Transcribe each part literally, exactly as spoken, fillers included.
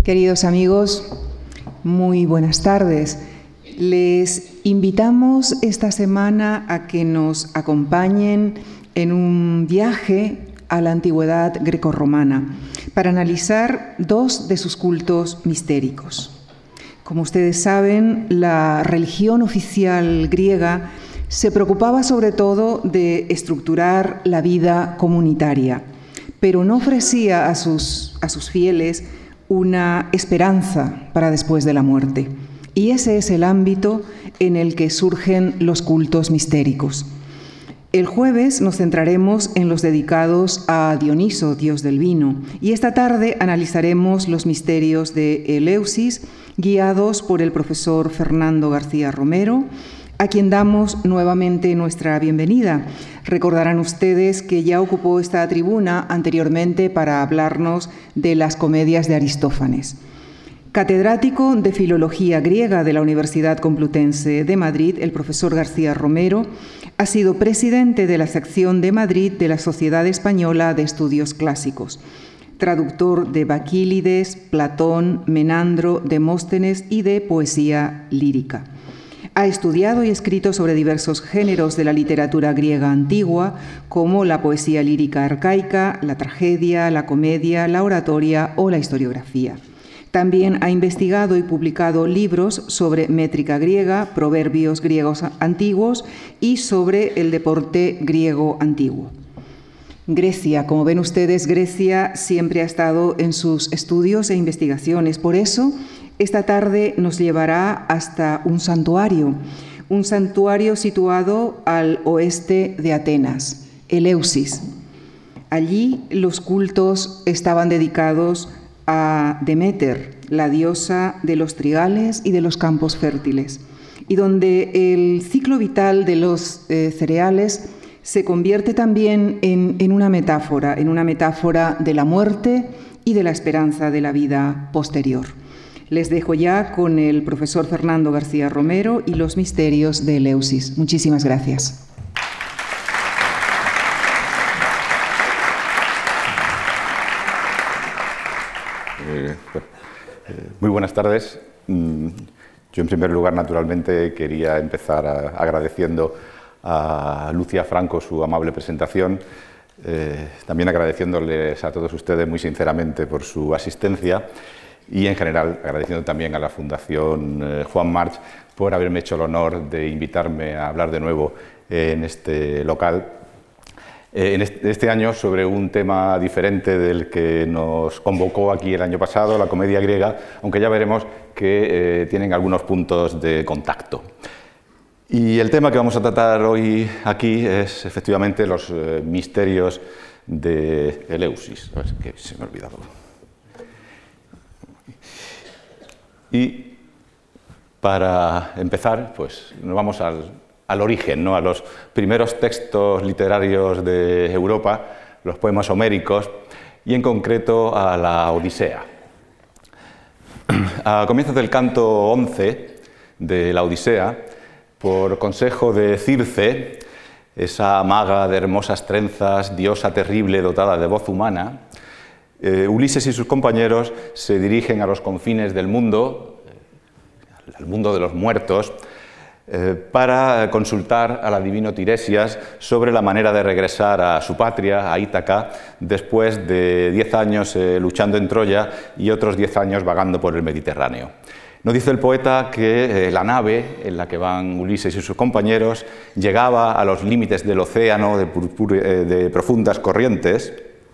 Queridos amigos, muy buenas tardes. Les invitamos esta semana a que nos acompañen en un viaje a la antigüedad grecorromana para analizar dos de sus cultos mistéricos. Como ustedes saben, la religión oficial griega se preocupaba sobre todo de estructurar la vida comunitaria, pero no ofrecía a sus, a sus fieles una esperanza para después de la muerte. Y ese es el ámbito en el que surgen los cultos mistéricos. El jueves nos centraremos en los dedicados a Dioniso, dios del vino, y esta tarde analizaremos los misterios de Eleusis, guiados por el profesor Fernando García Romero, a quien damos nuevamente nuestra bienvenida. Recordarán ustedes que ya ocupó esta tribuna anteriormente para hablarnos de las comedias de Aristófanes. Catedrático de Filología Griega de la Universidad Complutense de Madrid, el profesor García Romero ha sido presidente de la sección de Madrid de la Sociedad Española de Estudios Clásicos, traductor de Baquílides, Platón, Menandro, Demóstenes y de poesía lírica. Ha estudiado y escrito sobre diversos géneros de la literatura griega antigua, como la poesía lírica arcaica, la tragedia, la comedia, la oratoria o la historiografía. También ha investigado y publicado libros sobre métrica griega, proverbios griegos antiguos y sobre el deporte griego antiguo. Grecia, como ven ustedes, Grecia siempre ha estado en sus estudios e investigaciones. Por eso, esta tarde nos llevará hasta un santuario, un santuario situado al oeste de Atenas, Eleusis. Allí los cultos estaban dedicados a Deméter, la diosa de los trigales y de los campos fértiles, y donde el ciclo vital de los eh, cereales se convierte también en, en una metáfora, en una metáfora de la muerte y de la esperanza de la vida posterior. Les dejo ya con el profesor Fernando García Romero y los misterios de Eleusis. Muchísimas gracias. Eh, eh, muy buenas tardes. Yo, en primer lugar, naturalmente, quería empezar a, agradeciendo a Lucia Franco su amable presentación, eh, también agradeciéndoles a todos ustedes muy sinceramente por su asistencia y, en general, agradeciendo también a la Fundación eh, Juan March por haberme hecho el honor de invitarme a hablar de nuevo en este local. Eh, en este, este año sobre un tema diferente del que nos convocó aquí el año pasado, la comedia griega, aunque ya veremos que eh, tienen algunos puntos de contacto. Y el tema que vamos a tratar hoy aquí es efectivamente los eh, misterios de Eleusis. A ver, que se me ha olvidado. Y para empezar, pues nos vamos al, al origen, ¿no? A los primeros textos literarios de Europa, los poemas homéricos, y en concreto a la Odisea. A comienzos del canto once de la Odisea, por consejo de Circe, esa maga de hermosas trenzas, diosa terrible dotada de voz humana, eh, Ulises y sus compañeros se dirigen a los confines del mundo, eh, al mundo de los muertos, eh, para consultar al adivino Tiresias sobre la manera de regresar a su patria, a Ítaca, después de diez años eh, luchando en Troya y otros diez años vagando por el Mediterráneo. Nos dice el poeta que eh, la nave en la que van Ulises y sus compañeros llegaba a los límites del océano de, purpure, eh, de profundas corrientes,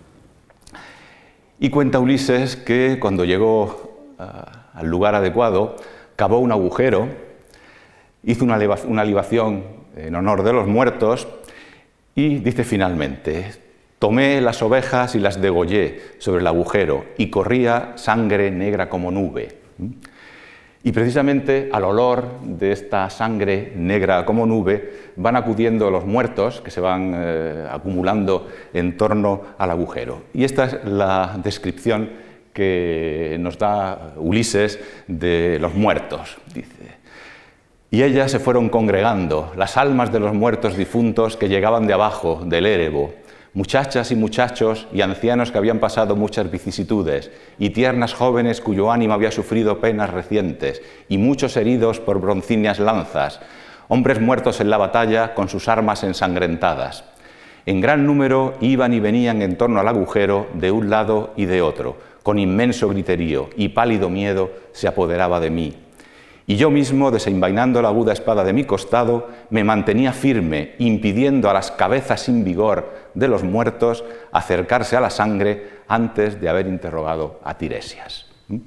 y cuenta Ulises que cuando llegó uh, al lugar adecuado cavó un agujero, hizo una, una libación en honor de los muertos y dice finalmente: tomé las ovejas y las degollé sobre el agujero y corría sangre negra como nube. Y precisamente al olor de esta sangre negra como nube van acudiendo los muertos que se van eh, acumulando en torno al agujero. Y esta es la descripción que nos da Ulises de los muertos. Dice: y ellas se fueron congregando, las almas de los muertos difuntos que llegaban de abajo, del Érebo, muchachas y muchachos y ancianos que habían pasado muchas vicisitudes, y tiernas jóvenes cuyo ánimo había sufrido penas recientes, y muchos heridos por broncíneas lanzas, hombres muertos en la batalla con sus armas ensangrentadas. En gran número iban y venían en torno al agujero de un lado y de otro, con inmenso griterío, y pálido miedo se apoderaba de mí. Y yo mismo, desenvainando la aguda espada de mi costado, me mantenía firme, impidiendo a las cabezas sin vigor de los muertos acercarse a la sangre antes de haber interrogado a Tiresias.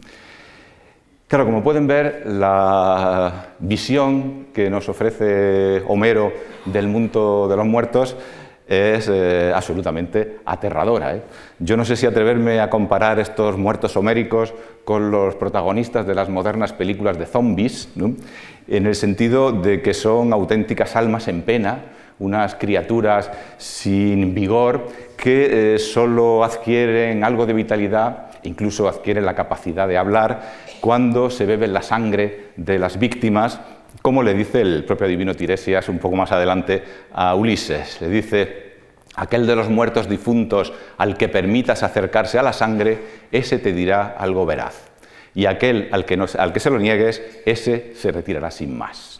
Claro, como pueden ver, la visión que nos ofrece Homero del mundo de los muertos es eh, absolutamente aterradora, ¿eh? Yo no sé si atreverme a comparar estos muertos homéricos con los protagonistas de las modernas películas de zombies, ¿no? En el sentido de que son auténticas almas en pena, unas criaturas sin vigor que eh, solo adquieren algo de vitalidad, incluso adquieren la capacidad de hablar cuando se beben la sangre de las víctimas, como le dice el propio adivino Tiresias un poco más adelante a Ulises. Le dice: aquel de los muertos difuntos al que permitas acercarse a la sangre, ese te dirá algo veraz. Y aquel al que, no, al que se lo niegues, ese se retirará sin más.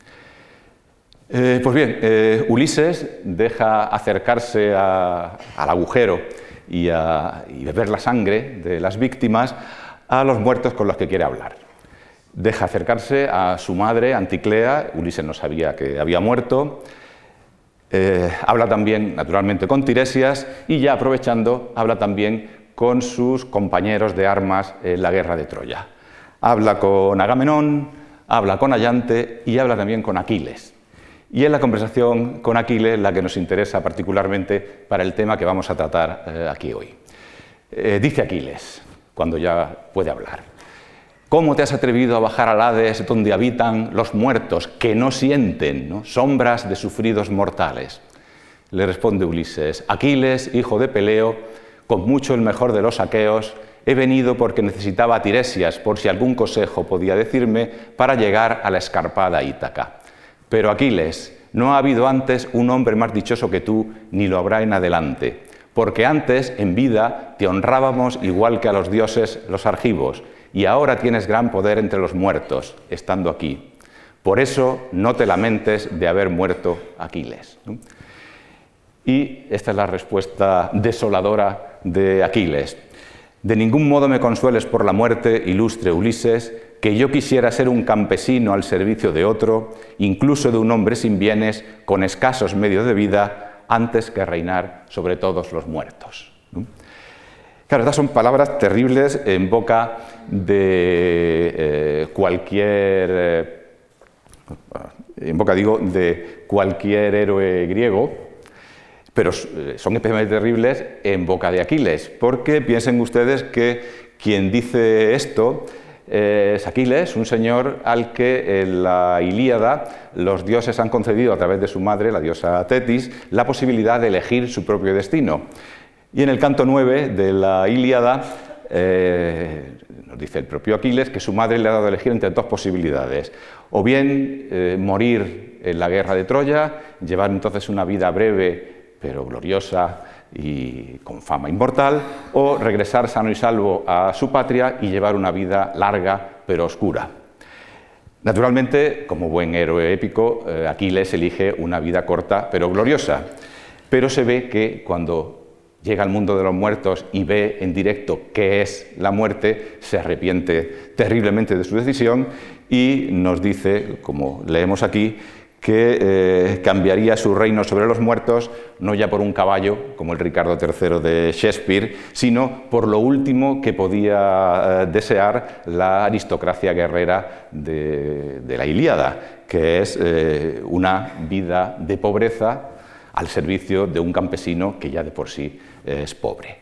Eh, pues bien, eh, Ulises deja acercarse a, al agujero y, a, y beber la sangre de las víctimas a los muertos con los que quiere hablar. Deja acercarse a su madre, Anticlea. Ulises no sabía que había muerto. Eh, habla también, naturalmente, con Tiresias y, ya aprovechando, habla también con sus compañeros de armas en la guerra de Troya. Habla con Agamenón, habla con Ayante y habla también con Aquiles. Y es la conversación con Aquiles la que nos interesa particularmente para el tema que vamos a tratar eh, aquí hoy. Eh, dice Aquiles, cuando ya puede hablar: ¿cómo te has atrevido a bajar al Hades, donde habitan los muertos que no sienten, ¿no?, sombras de sufridos mortales? Le responde Ulises: Aquiles, hijo de Peleo, con mucho el mejor de los aqueos, he venido porque necesitaba a Tiresias, por si algún consejo podía decirme para llegar a la escarpada Ítaca. Pero Aquiles, no ha habido antes un hombre más dichoso que tú, ni lo habrá en adelante, porque antes, en vida, te honrábamos igual que a los dioses los argivos, y ahora tienes gran poder entre los muertos, estando aquí. Por eso no te lamentes de haber muerto Aquiles, ¿no? Y esta es la respuesta desoladora de Aquiles: de ningún modo me consueles por la muerte, ilustre Ulises, que yo quisiera ser un campesino al servicio de otro, incluso de un hombre sin bienes, con escasos medios de vida, antes que reinar sobre todos los muertos, ¿no? Claro, estas son palabras terribles en boca de eh, cualquier, eh, en boca digo, de cualquier héroe griego, pero son especialmente terribles en boca de Aquiles, porque piensen ustedes que quien dice esto es Aquiles, un señor al que en la Ilíada los dioses han concedido a través de su madre, la diosa Tetis, la posibilidad de elegir su propio destino. Y en el canto nueve de la Ilíada eh, nos dice el propio Aquiles que su madre le ha dado a elegir entre dos posibilidades: o bien eh, morir en la guerra de Troya, llevar entonces una vida breve pero gloriosa y con fama inmortal, o regresar sano y salvo a su patria y llevar una vida larga pero oscura. Naturalmente, como buen héroe épico, eh, Aquiles elige una vida corta pero gloriosa, pero se ve que cuando llega al mundo de los muertos y ve en directo qué es la muerte, se arrepiente terriblemente de su decisión y nos dice, como leemos aquí, que eh, cambiaría su reino sobre los muertos no ya por un caballo, como el Ricardo tercero de Shakespeare, sino por lo último que podía eh, desear la aristocracia guerrera de, de la Ilíada, que es eh, una vida de pobreza al servicio de un campesino que ya de por sí es pobre.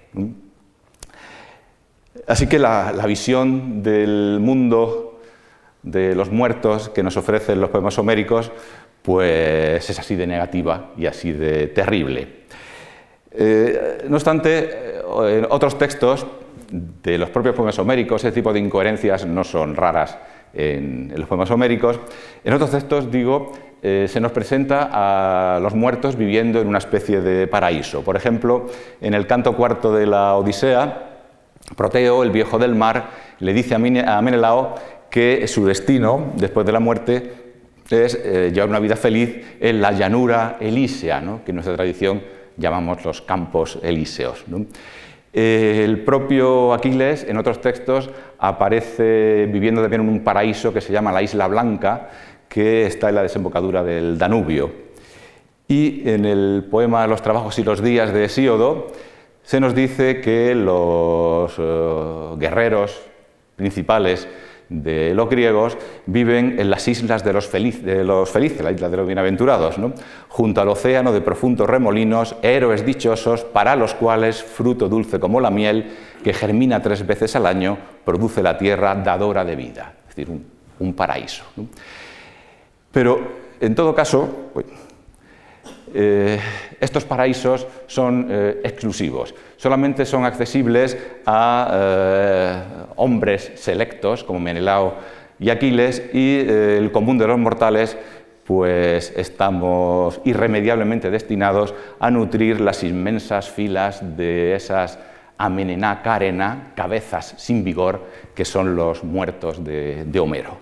Así que la, la visión del mundo de los muertos que nos ofrecen los poemas homéricos pues es así de negativa y así de terrible. Eh, no obstante, en otros textos de los propios poemas homéricos, ese tipo de incoherencias no son raras en, en los poemas homéricos. En otros textos, digo, eh, se nos presenta a los muertos viviendo en una especie de paraíso. Por ejemplo, en el canto cuarto de la Odisea, Proteo, el viejo del mar, le dice a Menelao que su destino, después de la muerte, es eh, llevar una vida feliz en la llanura elísea, ¿no?, que en nuestra tradición llamamos los campos elíseos, ¿no? Eh, el propio Aquiles, en otros textos, aparece viviendo también en un paraíso que se llama la Isla Blanca, que está en la desembocadura del Danubio. Y en el poema Los trabajos y los días de Hesíodo se nos dice que los uh, guerreros principales de los griegos viven en las islas de los, feliz, de los felices, la isla de los bienaventurados, ¿no?, junto al océano de profundos remolinos, héroes dichosos para los cuales fruto dulce como la miel, que germina tres veces al año, produce la tierra dadora de vida, es decir, un, un paraíso, ¿no? Pero, en todo caso, pues, eh, estos paraísos son eh, exclusivos, solamente son accesibles a eh, hombres selectos como Menelao y Aquiles, y eh, el común de los mortales pues estamos irremediablemente destinados a nutrir las inmensas filas de esas amenená carena, cabezas sin vigor, que son los muertos de, de Homero.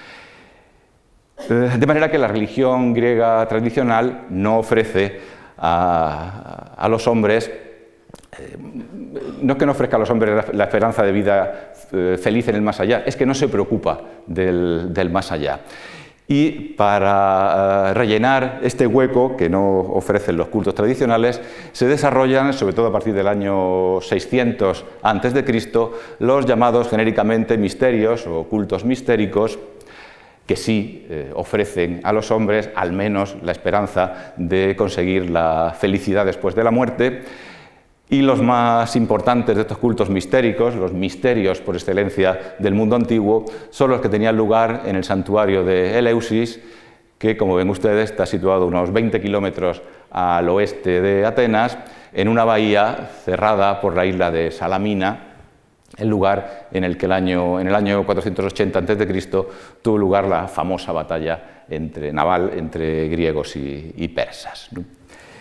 De manera que la religión griega tradicional no ofrece a, a los hombres, eh, no es que no ofrezca a los hombres la, la esperanza de vida eh, feliz en el más allá, es que no se preocupa del, del más allá. Y para uh, rellenar este hueco que no ofrecen los cultos tradicionales, se desarrollan, sobre todo a partir del año seiscientos antes de Cristo, los llamados genéricamente misterios o cultos mistéricos, que sí eh, ofrecen a los hombres al menos la esperanza de conseguir la felicidad después de la muerte. Y los más importantes de estos cultos mistéricos, los misterios por excelencia del mundo antiguo, son los que tenían lugar en el santuario de Eleusis, que, como ven ustedes, está situado unos veinte kilómetros al oeste de Atenas, en una bahía cerrada por la isla de Salamina, el lugar en el que el año, en el año cuatrocientos ochenta antes de Cristo tuvo lugar la famosa batalla entre, naval entre griegos y, y persas, ¿no?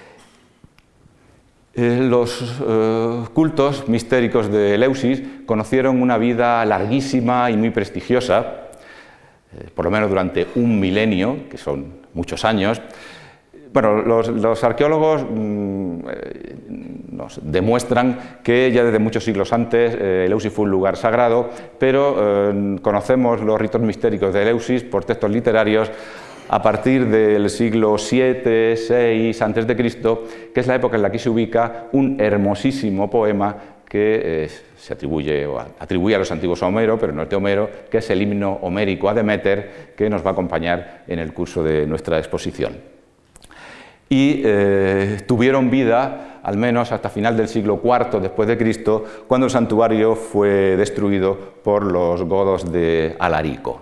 Eh, los eh, cultos mistéricos de Eleusis conocieron una vida larguísima y muy prestigiosa, eh, por lo menos durante un milenio, que son muchos años. Bueno, los, los arqueólogos mmm, eh, nos demuestran que ya desde muchos siglos antes eh, Eleusis fue un lugar sagrado, pero eh, conocemos los ritos mistéricos de Eleusis por textos literarios a partir del siglo siete, seis antes de Cristo, que es la época en la que se ubica un hermosísimo poema que eh, se atribuye, o atribuye a los antiguos a Homero, pero no es de Homero, que es el himno homérico a Deméter, que nos va a acompañar en el curso de nuestra exposición. Y eh, tuvieron vida al menos hasta final del siglo cuarto después de Cristo, cuando el santuario fue destruido por los godos de Alarico.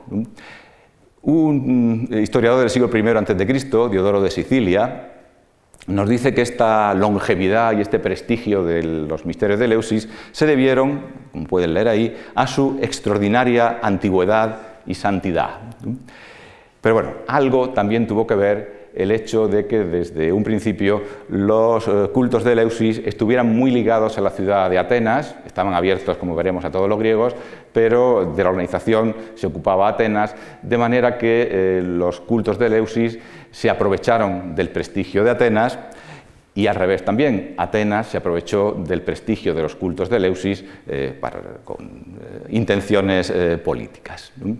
Un historiador del siglo primero antes de Cristo, Diodoro de Sicilia, nos dice que esta longevidad y este prestigio de los misterios de Eleusis se debieron, como pueden leer ahí, a su extraordinaria antigüedad y santidad. Pero bueno, algo también tuvo que ver el hecho de que desde un principio los eh, cultos de Eleusis estuvieran muy ligados a la ciudad de Atenas, estaban abiertos, como veremos, a todos los griegos, pero de la organización se ocupaba Atenas, de manera que eh, los cultos de Eleusis se aprovecharon del prestigio de Atenas, y al revés también, Atenas se aprovechó del prestigio de los cultos de Eleusis eh, para, con eh, intenciones eh, políticas, ¿no?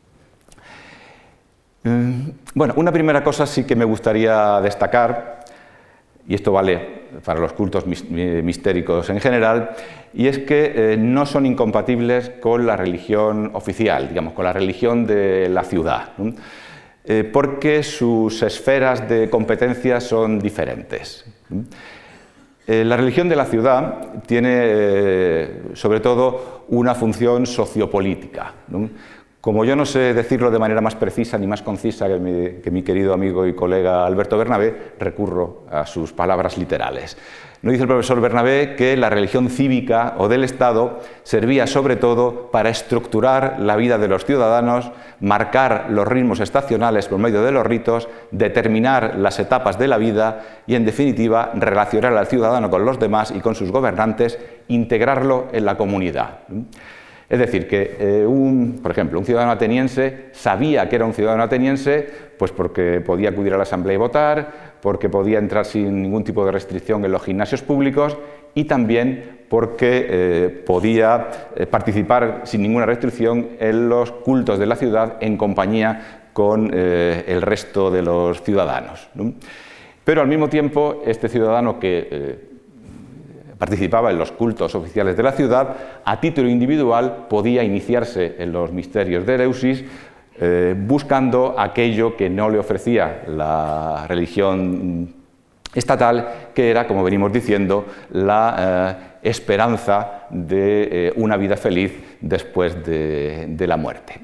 Bueno, una primera cosa sí que me gustaría destacar, y esto vale para los cultos mistéricos en general, y es que eh, no son incompatibles con la religión oficial, digamos, con la religión de la ciudad, ¿no? eh, porque sus esferas de competencia son diferentes. Eh, la religión de la ciudad tiene, eh, sobre todo, una función sociopolítica, ¿no? Como yo no sé decirlo de manera más precisa ni más concisa que mi, que mi querido amigo y colega Alberto Bernabé, recurro a sus palabras literales. No dice el profesor Bernabé que la religión cívica o del Estado servía sobre todo para estructurar la vida de los ciudadanos, marcar los ritmos estacionales por medio de los ritos, determinar las etapas de la vida y, en definitiva, relacionar al ciudadano con los demás y con sus gobernantes, integrarlo en la comunidad. Es decir, que, eh, un, por ejemplo, un ciudadano ateniense sabía que era un ciudadano ateniense pues porque podía acudir a la asamblea y votar, porque podía entrar sin ningún tipo de restricción en los gimnasios públicos y también porque eh, podía eh, participar sin ninguna restricción en los cultos de la ciudad en compañía con eh, el resto de los ciudadanos, ¿no? Pero al mismo tiempo, este ciudadano que eh, participaba en los cultos oficiales de la ciudad, a título individual podía iniciarse en los misterios de Eleusis, eh, buscando aquello que no le ofrecía la religión estatal, que era, como venimos diciendo, la eh, esperanza de eh, una vida feliz después de, de la muerte.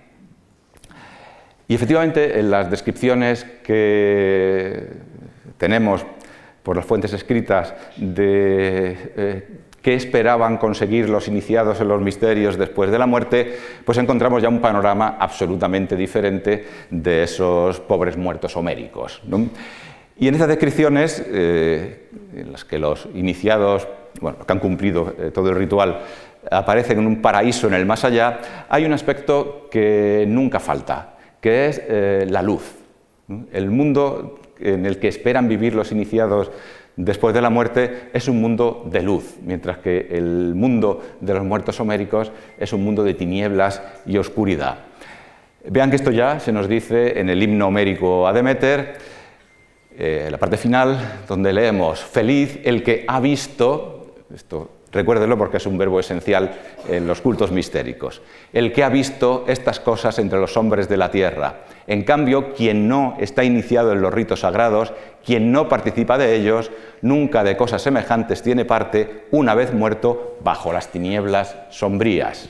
Y efectivamente, en las descripciones que tenemos por las fuentes escritas de eh, qué esperaban conseguir los iniciados en los misterios después de la muerte, pues encontramos ya un panorama absolutamente diferente de esos pobres muertos homéricos, ¿no? Y en esas descripciones, eh, en las que los iniciados, bueno, que han cumplido eh, todo el ritual, aparecen en un paraíso en el más allá, hay un aspecto que nunca falta, que es eh, la luz, ¿no? El mundo en el que esperan vivir los iniciados después de la muerte es un mundo de luz, mientras que el mundo de los muertos homéricos es un mundo de tinieblas y oscuridad. Vean que esto ya se nos dice en el himno homérico a Deméter, eh, la parte final, donde leemos: feliz el que ha visto, esto recuérdenlo porque es un verbo esencial en los cultos mistéricos, el que ha visto estas cosas entre los hombres de la tierra. En cambio, quien no está iniciado en los ritos sagrados, quien no participa de ellos, nunca de cosas semejantes tiene parte, una vez muerto, bajo las tinieblas sombrías.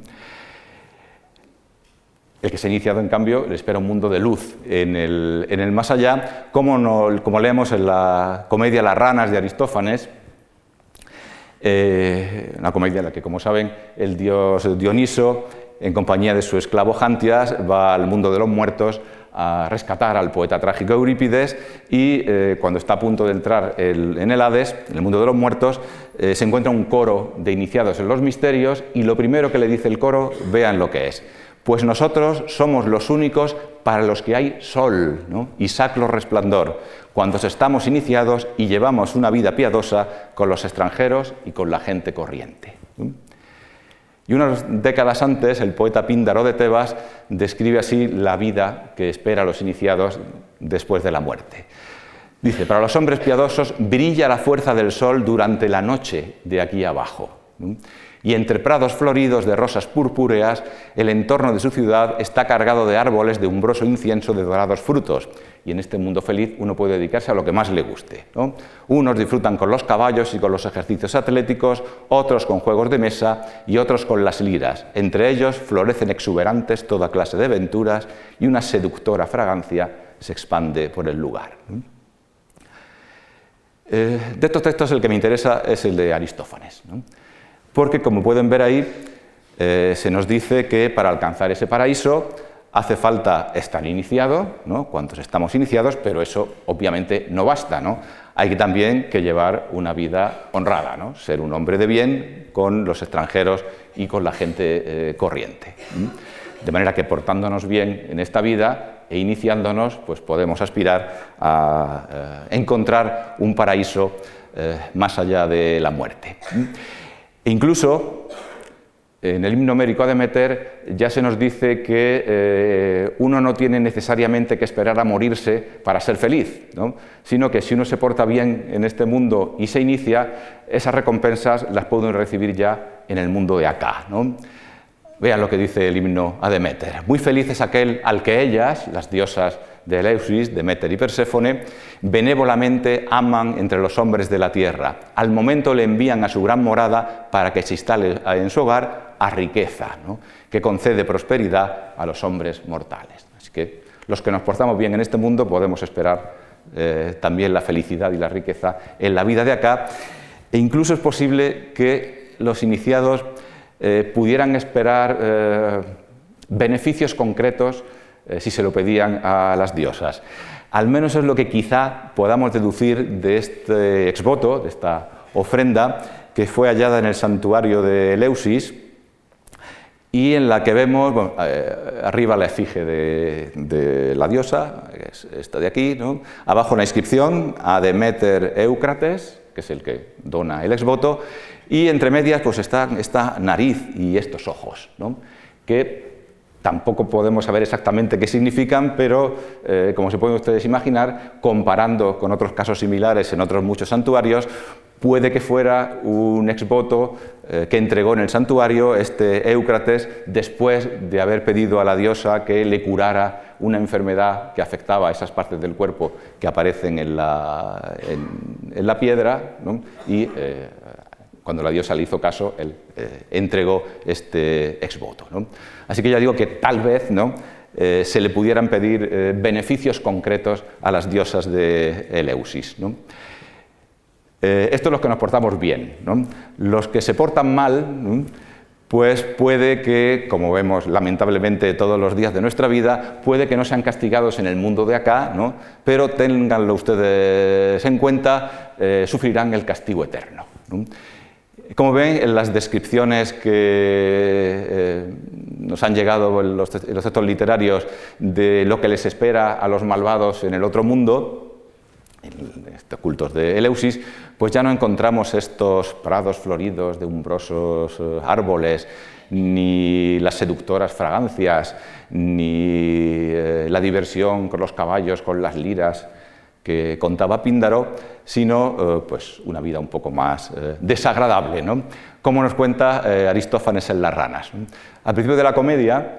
El que se ha iniciado, en cambio, le espera un mundo de luz en el, en el más allá, como, no, como leemos en la comedia Las ranas de Aristófanes, eh, una comedia en la que, como saben, el dios Dioniso, en compañía de su esclavo Jantias, va al mundo de los muertos a rescatar al poeta trágico Eurípides y eh, cuando está a punto de entrar el, en el Hades, en el mundo de los muertos, eh, se encuentra un coro de iniciados en los misterios y lo primero que le dice el coro, vean lo que es: pues nosotros somos los únicos para los que hay sol, ¿no? y sacro resplandor, cuando estamos iniciados y llevamos una vida piadosa con los extranjeros y con la gente corriente. ¿no? Y unas décadas antes, el poeta Píndaro de Tebas describe así la vida que espera a los iniciados después de la muerte. Dice: para los hombres piadosos brilla la fuerza del sol durante la noche de aquí abajo. ¿no? Y entre prados floridos de rosas purpúreas, el entorno de su ciudad está cargado de árboles de umbroso incienso de dorados frutos. Y en este mundo feliz uno puede dedicarse a lo que más le guste, ¿no? Unos disfrutan con los caballos y con los ejercicios atléticos, otros con juegos de mesa y otros con las liras. Entre ellos florecen exuberantes toda clase de aventuras y una seductora fragancia se expande por el lugar. Eh, de estos textos el que me interesa es el de Aristófanes, ¿no? Porque, como pueden ver ahí, eh, se nos dice que para alcanzar ese paraíso hace falta estar iniciado, ¿no? Cuantos estamos iniciados, pero eso obviamente no basta, ¿no? Hay que también que llevar una vida honrada, ¿no? Ser un hombre de bien con los extranjeros y con la gente eh, corriente. ¿Mm? De manera que, portándonos bien en esta vida e iniciándonos, pues podemos aspirar a eh, encontrar un paraíso eh, más allá de la muerte. ¿Mm? E incluso, en el himno homérico a Deméter ya se nos dice que eh, uno no tiene necesariamente que esperar a morirse para ser feliz, ¿no? Sino que si uno se porta bien en este mundo y se inicia, esas recompensas las puede uno recibir ya en el mundo de acá, ¿no? Vean lo que dice el himno a Deméter: muy feliz es aquel al que ellas, las diosas de Eleusis, Deméter y Perséfone, benévolamente aman entre los hombres de la tierra. Al momento le envían a su gran morada para que se instale en su hogar a riqueza, ¿no?, que concede prosperidad a los hombres mortales. Así que los que nos portamos bien en este mundo podemos esperar eh, también la felicidad y la riqueza en la vida de acá, e incluso es posible que los iniciados eh, pudieran esperar eh, beneficios concretos eh, si se lo pedían a las diosas. Al menos es lo que quizá podamos deducir de este exvoto, de esta ofrenda, que fue hallada en el santuario de Eleusis, y en la que vemos, bueno, eh, arriba la efigie de, de la diosa, que es esta de aquí, ¿no?, abajo la inscripción a Deméter Éucrates, que es el que dona el exvoto, y entre medias pues está esta nariz y estos ojos, ¿no?, que tampoco podemos saber exactamente qué significan, pero eh, como se pueden ustedes imaginar, comparando con otros casos similares en otros muchos santuarios, puede que fuera un exvoto eh, que entregó en el santuario este Éucrates después de haber pedido a la diosa que le curara una enfermedad que afectaba a esas partes del cuerpo que aparecen en la, en, en la piedra, ¿no?, y eh, cuando la diosa le hizo caso, él eh, entregó este exvoto, ¿no? Así que ya digo que tal vez, ¿no?, eh, se le pudieran pedir eh, beneficios concretos a las diosas de Eleusis, ¿no? Eh, esto es los que nos portamos bien, ¿no? Los que se portan mal, ¿no?, pues puede que, como vemos lamentablemente todos los días de nuestra vida, puede que no sean castigados en el mundo de acá, ¿no?, pero ténganlo ustedes en cuenta, eh, sufrirán el castigo eterno, ¿no? Como ven, en las descripciones que eh, nos han llegado en los, en los textos literarios de lo que les espera a los malvados en el otro mundo, en estos cultos de Eleusis, pues ya no encontramos estos prados floridos de umbrosos eh, árboles, ni las seductoras fragancias, ni eh, la diversión con los caballos, con las liras que contaba Píndaro, sino eh, pues una vida un poco más eh, desagradable, ¿no?, como nos cuenta eh, Aristófanes en Las ranas. Al principio de la comedia,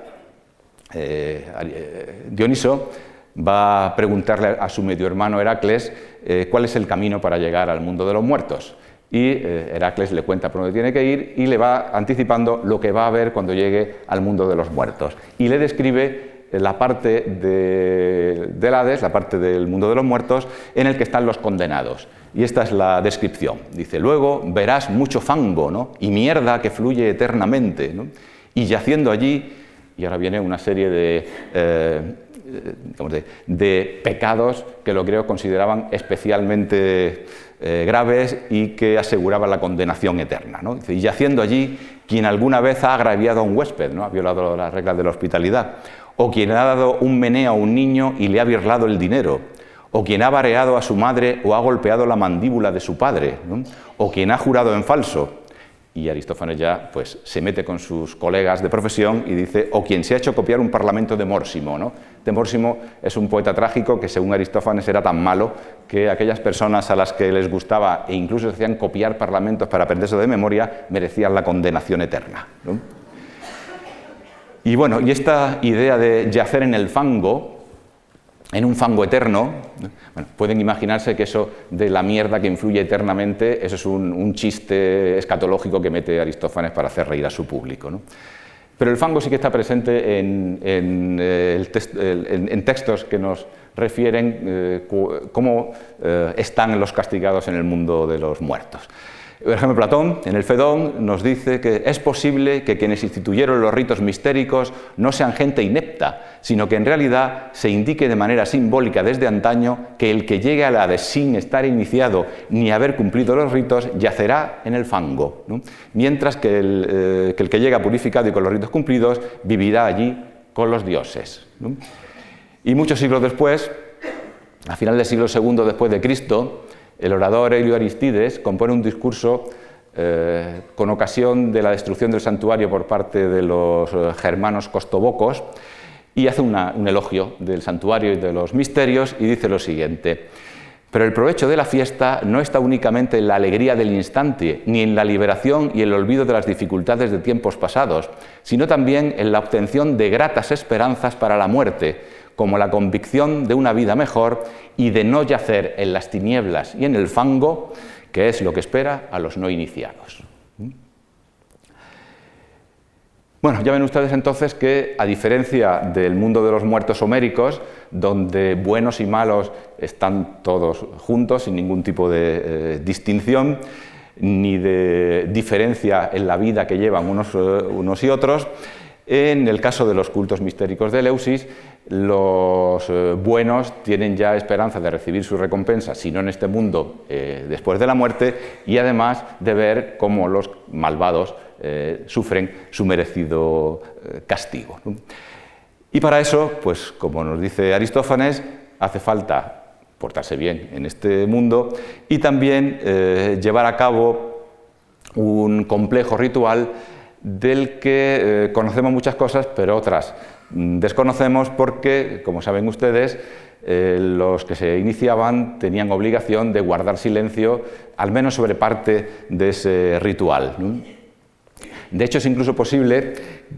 eh, Dioniso va a preguntarle a su medio hermano Heracles eh, cuál es el camino para llegar al mundo de los muertos. Y eh, Heracles le cuenta por dónde tiene que ir y le va anticipando lo que va a ver cuando llegue al mundo de los muertos. Y le describe la parte de, del Hades, la parte del mundo de los muertos, en el que están los condenados. Y esta es la descripción. Dice: luego verás mucho fango, ¿no?, y mierda que fluye eternamente, ¿no?, y yaciendo allí, y ahora viene una serie de, eh, de, de pecados que los griegos consideraban especialmente eh, graves y que aseguraban la condenación eterna, ¿no? Dice: y yaciendo allí quien alguna vez ha agraviado a un huésped, ¿no?, ha violado las reglas de la hospitalidad, o quien ha dado un meneo a un niño y le ha birlado el dinero, o quien ha vareado a su madre o ha golpeado la mandíbula de su padre, ¿no?, o quien ha jurado en falso. Y Aristófanes ya pues, se mete con sus colegas de profesión y dice: o quien se ha hecho copiar un parlamento de Mórsimo, ¿no? De Mórsimo es un poeta trágico que, según Aristófanes, era tan malo que aquellas personas a las que les gustaba e incluso se hacían copiar parlamentos para aprenderse de memoria merecían la condenación eterna, ¿no? Y bueno, y esta idea de yacer en el fango, en un fango eterno, bueno, pueden imaginarse que eso de la mierda que influye eternamente, eso es un, un chiste escatológico que mete Aristófanes para hacer reír a su público, ¿no? Pero el fango sí que está presente en, en, el text, en, en textos que nos refieren eh, cómo eh, están los castigados en el mundo de los muertos. Por ejemplo, Platón, en el Fedón, nos dice que es posible que quienes instituyeron los ritos mistéricos no sean gente inepta, sino que en realidad se indique de manera simbólica desde antaño que el que llegue a la Hades sin estar iniciado ni haber cumplido los ritos yacerá en el fango, ¿no? Mientras que el, eh, que el que llega purificado y con los ritos cumplidos vivirá allí con los dioses, ¿no? Y muchos siglos después, a final del siglo segundo después de Cristo, el orador Helio Aristides compone un discurso eh, con ocasión de la destrucción del santuario por parte de los eh, germanos costobocos y hace una, un elogio del santuario y de los misterios y dice lo siguiente: pero el provecho de la fiesta no está únicamente en la alegría del instante, ni en la liberación y el olvido de las dificultades de tiempos pasados, sino también en la obtención de gratas esperanzas para la muerte, como la convicción de una vida mejor y de no yacer en las tinieblas y en el fango, que es lo que espera a los no iniciados. Bueno, ya ven ustedes entonces que, a diferencia del mundo de los muertos homéricos, donde buenos y malos están todos juntos sin ningún tipo de eh, distinción ni de diferencia en la vida que llevan unos, eh, unos y otros, en el caso de los cultos mistéricos de Eleusis, los eh, buenos tienen ya esperanza de recibir su recompensa, si no en este mundo, eh, después de la muerte, y además de ver cómo los malvados eh, sufren su merecido eh, castigo, ¿no? Y para eso, pues como nos dice Aristófanes, hace falta portarse bien en este mundo y también eh, llevar a cabo un complejo ritual del que eh, conocemos muchas cosas, pero otras desconocemos porque, como saben ustedes, eh, los que se iniciaban tenían obligación de guardar silencio, al menos sobre parte de ese ritual, ¿no? De hecho, es incluso posible,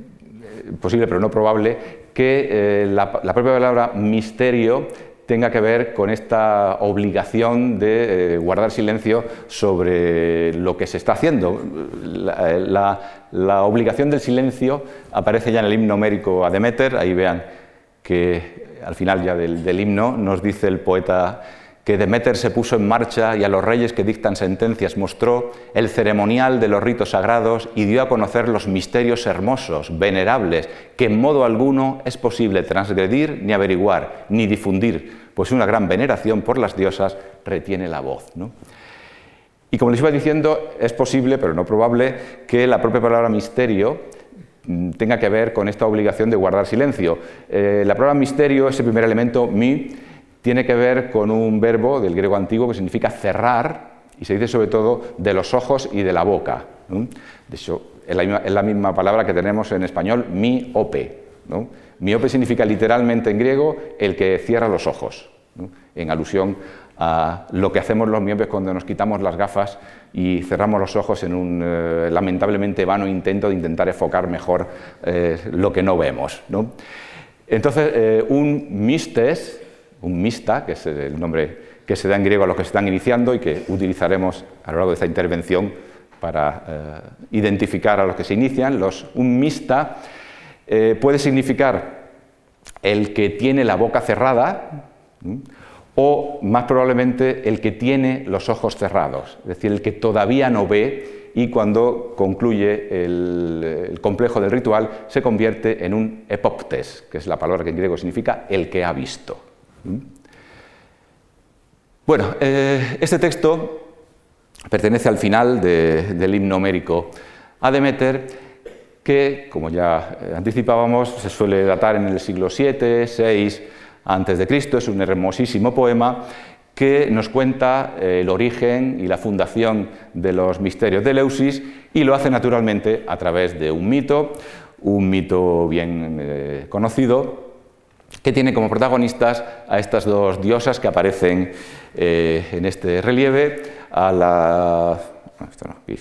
posible pero no probable, que eh, la, la propia palabra misterio tenga que ver con esta obligación de eh, guardar silencio sobre lo que se está haciendo. La, la, la obligación del silencio aparece ya en el himno homérico a Deméter. Ahí vean que al final ya del, del himno nos dice el poeta que Deméter se puso en marcha y a los reyes que dictan sentencias mostró el ceremonial de los ritos sagrados y dio a conocer los misterios hermosos, venerables, que en modo alguno es posible transgredir ni averiguar, ni difundir, pues una gran veneración por las diosas retiene la voz, ¿no? Y como les iba diciendo, es posible, pero no probable, que la propia palabra misterio tenga que ver con esta obligación de guardar silencio. Eh, la palabra misterio, ese primer elemento, mi, tiene que ver con un verbo del griego antiguo que significa cerrar, y se dice sobre todo de los ojos y de la boca, ¿no? De hecho, es la, misma, es la misma palabra que tenemos en español, miope, ¿no? Miope significa literalmente en griego el que cierra los ojos, ¿no? En alusión a lo que hacemos los miopes cuando nos quitamos las gafas y cerramos los ojos en un eh, lamentablemente vano intento de intentar enfocar mejor eh, lo que no vemos, ¿no? Entonces, eh, un mistes, un mista, que es el nombre que se da en griego a los que se están iniciando y que utilizaremos a lo largo de esta intervención para eh, identificar a los que se inician, los, un mista eh, puede significar el que tiene la boca cerrada, ¿sí? O más probablemente el que tiene los ojos cerrados, es decir, el que todavía no ve y cuando concluye el, el complejo del ritual se convierte en un epoptes, que es la palabra que en griego significa el que ha visto. Bueno, eh, este texto pertenece al final de, del himno homérico a Deméter, que, como ya anticipábamos, se suele datar en el siglo siete, seis antes de Cristo. Es un hermosísimo poema que nos cuenta el origen y la fundación de los misterios de Eleusis y lo hace naturalmente a través de un mito, un mito bien eh, conocido, que tiene como protagonistas a estas dos diosas que aparecen eh, en este relieve, a la, esto no, aquí,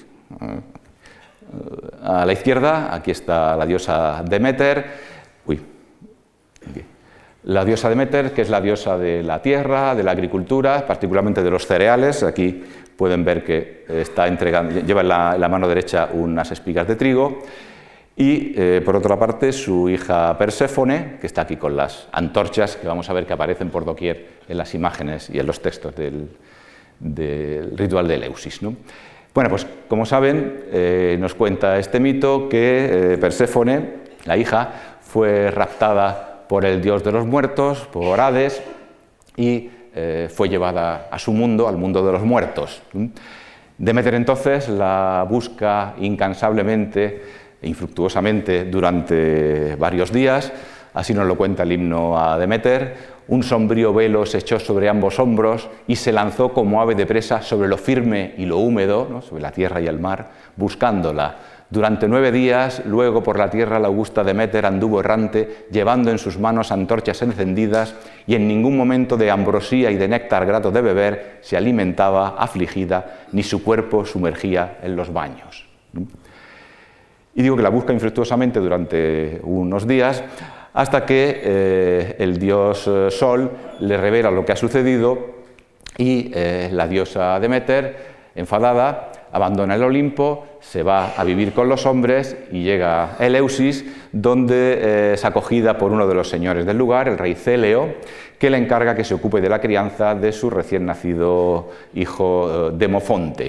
a la izquierda, aquí está la diosa Deméter, uy, aquí. La diosa Deméter, que es la diosa de la tierra, de la agricultura, particularmente de los cereales. Aquí pueden ver que está entregando, lleva en la, en la mano derecha unas espigas de trigo. Y, eh, por otra parte, su hija Perséfone, que está aquí con las antorchas, que vamos a ver que aparecen por doquier en las imágenes y en los textos del, del ritual de Eleusis, ¿no? Bueno, pues como saben, eh, nos cuenta este mito que eh, Perséfone, la hija, fue raptada por el dios de los muertos, por Hades, y eh, fue llevada a su mundo, al mundo de los muertos. Deméter entonces la busca incansablemente e infructuosamente durante varios días, así nos lo cuenta el himno a Deméter. Un sombrío velo se echó sobre ambos hombros y se lanzó como ave de presa sobre lo firme y lo húmedo, ¿no? Sobre la tierra y el mar, buscándola. Durante nueve días, luego por la tierra la augusta Deméter anduvo errante, llevando en sus manos antorchas encendidas, y en ningún momento de ambrosía y de néctar grato de beber se alimentaba afligida, ni su cuerpo sumergía en los baños. Y digo que la busca infructuosamente durante unos días, hasta que eh, el dios Sol le revela lo que ha sucedido y eh, la diosa Deméter, enfadada, abandona el Olimpo, se va a vivir con los hombres y llega a Eleusis, donde eh, es acogida por uno de los señores del lugar, el rey Céleo, que le encarga que se ocupe de la crianza de su recién nacido hijo eh, Demofonte.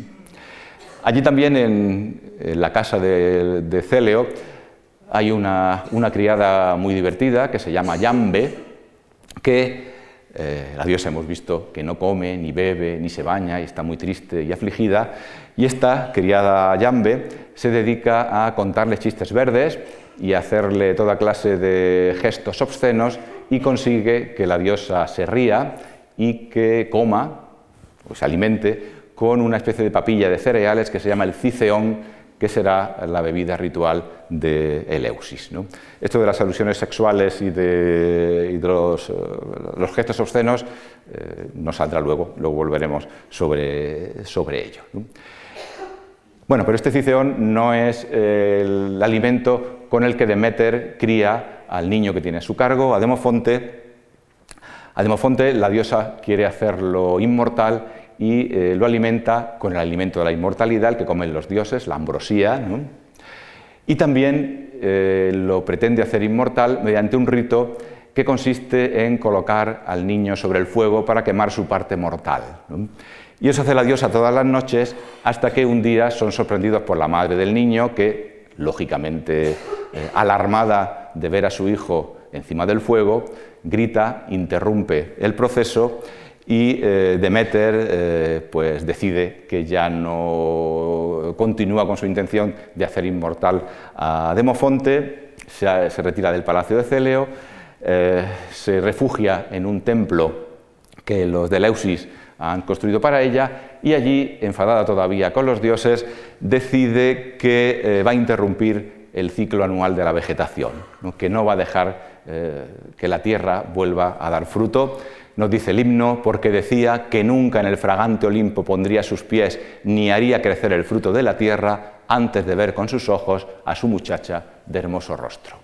Allí también, en, en la casa de, de Céleo, hay una, una criada muy divertida que se llama Yambe, que Eh, la diosa hemos visto que no come, ni bebe, ni se baña, y está muy triste y afligida, y esta criada Yambe se dedica a contarle chistes verdes y a hacerle toda clase de gestos obscenos, y consigue que la diosa se ría y que coma, o se alimente, con una especie de papilla de cereales que se llama el ciceón, que será la bebida ritual de Eleusis, ¿no? Esto de las alusiones sexuales y de, y de los, los gestos obscenos eh, nos saldrá luego, luego volveremos sobre, sobre ello, ¿no? Bueno, pero este ciceón no es el alimento con el que Deméter cría al niño que tiene a su cargo, a Demofonte. A Demofonte la diosa quiere hacerlo inmortal y eh, lo alimenta con el alimento de la inmortalidad, el que comen los dioses, la ambrosía, ¿no? Y también eh, lo pretende hacer inmortal mediante un rito que consiste en colocar al niño sobre el fuego para quemar su parte mortal, ¿no? Y eso hace la diosa todas las noches, hasta que un día son sorprendidos por la madre del niño, que, lógicamente eh, alarmada de ver a su hijo encima del fuego, grita, interrumpe el proceso, y eh, Deméter eh, pues decide que ya no continúa con su intención de hacer inmortal a Demofonte, se, se retira del palacio de Céleo, eh, se refugia en un templo que los de Eleusis han construido para ella, y allí, enfadada todavía con los dioses, decide que eh, va a interrumpir el ciclo anual de la vegetación, ¿no? Que no va a dejar eh, que la tierra vuelva a dar fruto. Nos dice el himno, porque decía que nunca en el fragante Olimpo pondría sus pies ni haría crecer el fruto de la tierra antes de ver con sus ojos a su muchacha de hermoso rostro.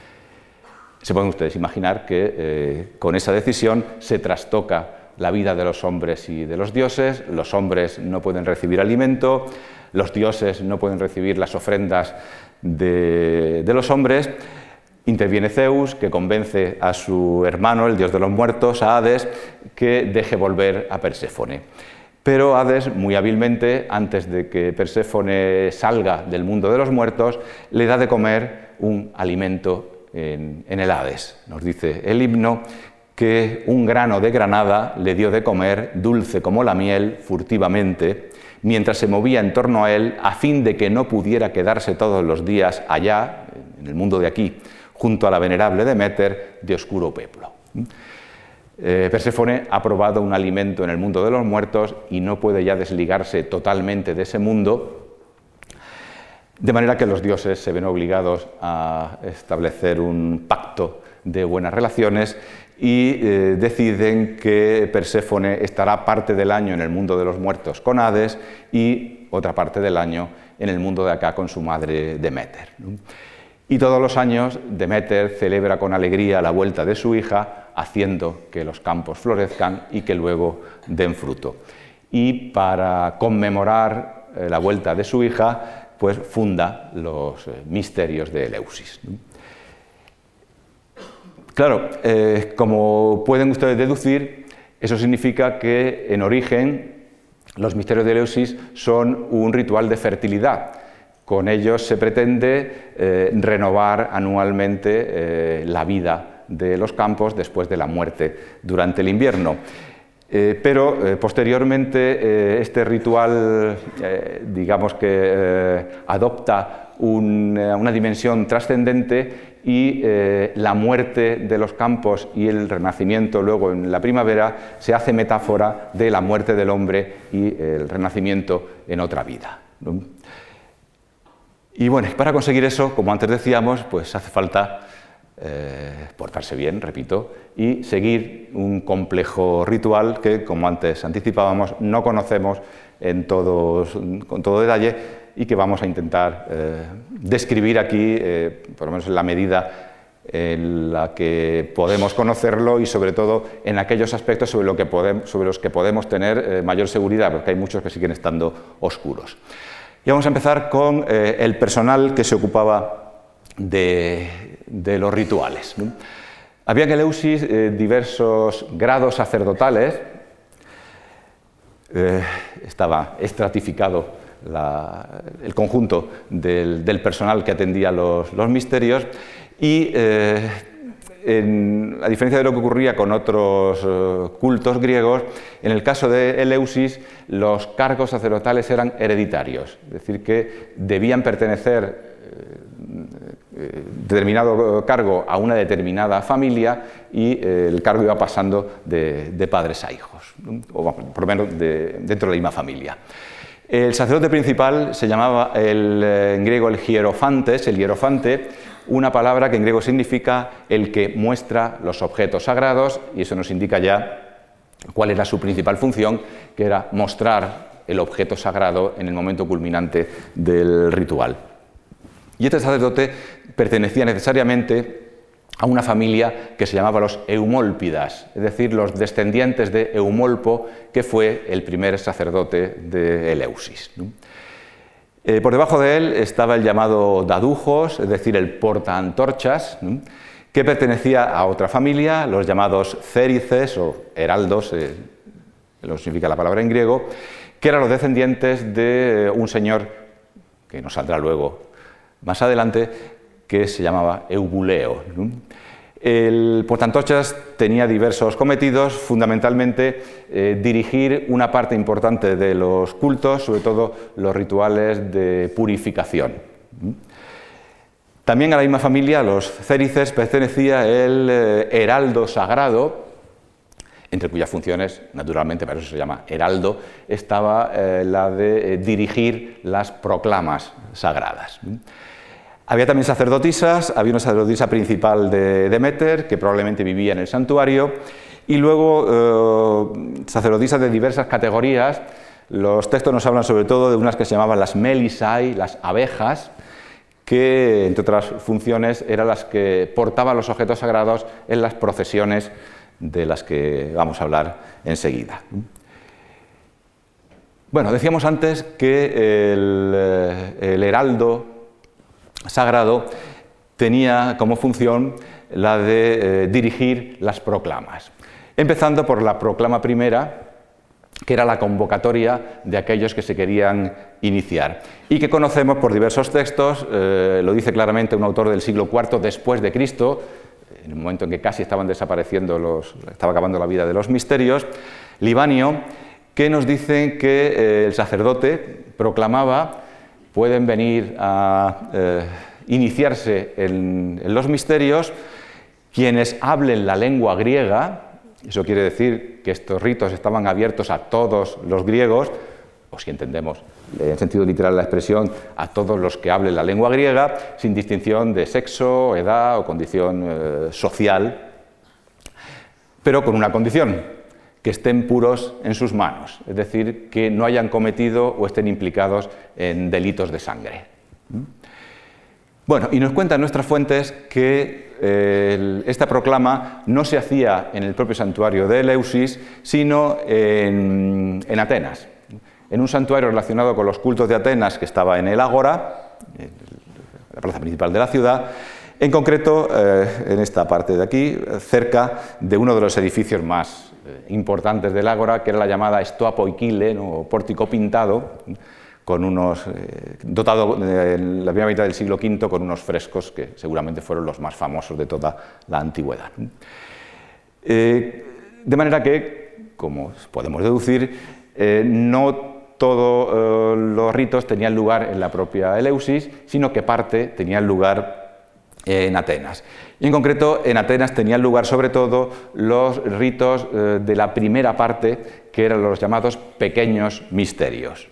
Se pueden ustedes imaginar que eh, con esa decisión se trastoca la vida de los hombres y de los dioses. Los hombres no pueden recibir alimento, los dioses no pueden recibir las ofrendas de, de los hombres. Interviene Zeus, que convence a su hermano, el dios de los muertos, a Hades, que deje volver a Perséfone. Pero Hades, muy hábilmente, antes de que Perséfone salga del mundo de los muertos, le da de comer un alimento en, en el Hades. Nos dice el himno que un grano de granada le dio de comer, dulce como la miel, furtivamente, mientras se movía en torno a él, a fin de que no pudiera quedarse todos los días allá, en el mundo de aquí, junto a la venerable Deméter, de oscuro peplo. Eh, Perséfone ha probado un alimento en el mundo de los muertos y no puede ya desligarse totalmente de ese mundo, de manera que los dioses se ven obligados a establecer un pacto de buenas relaciones y eh, deciden que Perséfone estará parte del año en el mundo de los muertos con Hades y otra parte del año en el mundo de acá con su madre Deméter, ¿no? Y todos los años Deméter celebra con alegría la vuelta de su hija, haciendo que los campos florezcan y que luego den fruto. Y para conmemorar eh, la vuelta de su hija, pues funda los eh, misterios de Eleusis, ¿no? Claro, eh, como pueden ustedes deducir, eso significa que en origen los misterios de Eleusis son un ritual de fertilidad. Con ellos se pretende eh, renovar anualmente eh, la vida de los campos después de la muerte durante el invierno. Eh, pero eh, posteriormente eh, este ritual, eh, digamos que eh, adopta un, una dimensión trascendente y eh, la muerte de los campos y el renacimiento luego en la primavera se hace metáfora de la muerte del hombre y el renacimiento en otra vida, ¿no? Y bueno, para conseguir eso, como antes decíamos, pues hace falta eh, portarse bien, repito, y seguir un complejo ritual que, como antes anticipábamos, no conocemos en todos, con todo detalle y que vamos a intentar eh, describir aquí, eh, por lo menos en la medida en la que podemos conocerlo y sobre todo en aquellos aspectos sobre, lo que podemos, sobre los que podemos tener eh, mayor seguridad, porque hay muchos que siguen estando oscuros. Y vamos a empezar con eh, el personal que se ocupaba de, de los rituales, ¿no? Había en Eleusis eh, diversos grados sacerdotales, eh, estaba estratificado la, el conjunto del, del personal que atendía los, los misterios y, eh, en, a diferencia de lo que ocurría con otros eh, cultos griegos, en el caso de Eleusis los cargos sacerdotales eran hereditarios, es decir, que debían pertenecer determinado cargo a una determinada familia y eh, el cargo iba pasando de, de padres a hijos, o por lo menos de, dentro de la misma familia. El sacerdote principal se llamaba el, en griego el hierofantes, el hierofante, una palabra que en griego significa el que muestra los objetos sagrados, y eso nos indica ya cuál era su principal función, que era mostrar el objeto sagrado en el momento culminante del ritual. Y este sacerdote pertenecía necesariamente a una familia que se llamaba los Eumólpidas, es decir, los descendientes de Eumolpo, que fue el primer sacerdote de Eleusis, ¿no? Eh, por debajo de él estaba el llamado Dadujos, es decir, el portaantorchas, ¿no?, que pertenecía a otra familia, los llamados Cérices o heraldos, eh, lo significa la palabra en griego, que eran los descendientes de un señor que nos saldrá luego más adelante, que se llamaba Eubuleo, ¿no? El portaantorchas tenía diversos cometidos, fundamentalmente eh, dirigir una parte importante de los cultos, sobre todo los rituales de purificación. También a la misma familia, los Cérices, pertenecía el eh, heraldo sagrado, entre cuyas funciones, naturalmente, para eso se llama heraldo, estaba eh, la de eh, dirigir las proclamas sagradas. Había también sacerdotisas, había una sacerdotisa principal de Deméter, que probablemente vivía en el santuario, y luego eh, sacerdotisas de diversas categorías. Los textos nos hablan sobre todo de unas que se llamaban las Melisai, las abejas, que, entre otras funciones, eran las que portaban los objetos sagrados en las procesiones de las que vamos a hablar enseguida. Bueno, decíamos antes que el, el heraldo sagrado tenía como función la de eh, dirigir las proclamas, empezando por la proclama primera, que era la convocatoria de aquellos que se querían iniciar y que conocemos por diversos textos. Eh, lo dice claramente un autor del siglo cuarto después de Cristo, en el momento en que casi estaban desapareciendo, los, estaba acabando la vida de los misterios, Libanio, que nos dice que eh, el sacerdote proclamaba: pueden venir a eh, iniciarse en, en los misterios quienes hablen la lengua griega. Eso quiere decir que estos ritos estaban abiertos a todos los griegos, o si entendemos en sentido literal la expresión, a todos los que hablen la lengua griega, sin distinción de sexo, edad o condición eh, social, pero con una condición: que estén puros en sus manos, es decir, que no hayan cometido o estén implicados en delitos de sangre. Bueno, y nos cuentan nuestras fuentes que eh, esta proclama no se hacía en el propio santuario de Eleusis, sino en, en Atenas, en un santuario relacionado con los cultos de Atenas que estaba en el Ágora, en la plaza principal de la ciudad, en concreto eh, en esta parte de aquí, cerca de uno de los edificios más eh, importantes del Ágora, que era la llamada Stoa Poikile, ¿no?, o pórtico pintado, con unos, eh, dotado en la primera mitad del siglo quinto con unos frescos que seguramente fueron los más famosos de toda la antigüedad. Eh, de manera que, como podemos deducir, eh, no todos eh, los ritos tenían lugar en la propia Eleusis, sino que parte tenían lugar en Atenas. Y en concreto, en Atenas tenían lugar sobre todo los ritos eh, de la primera parte, que eran los llamados pequeños misterios.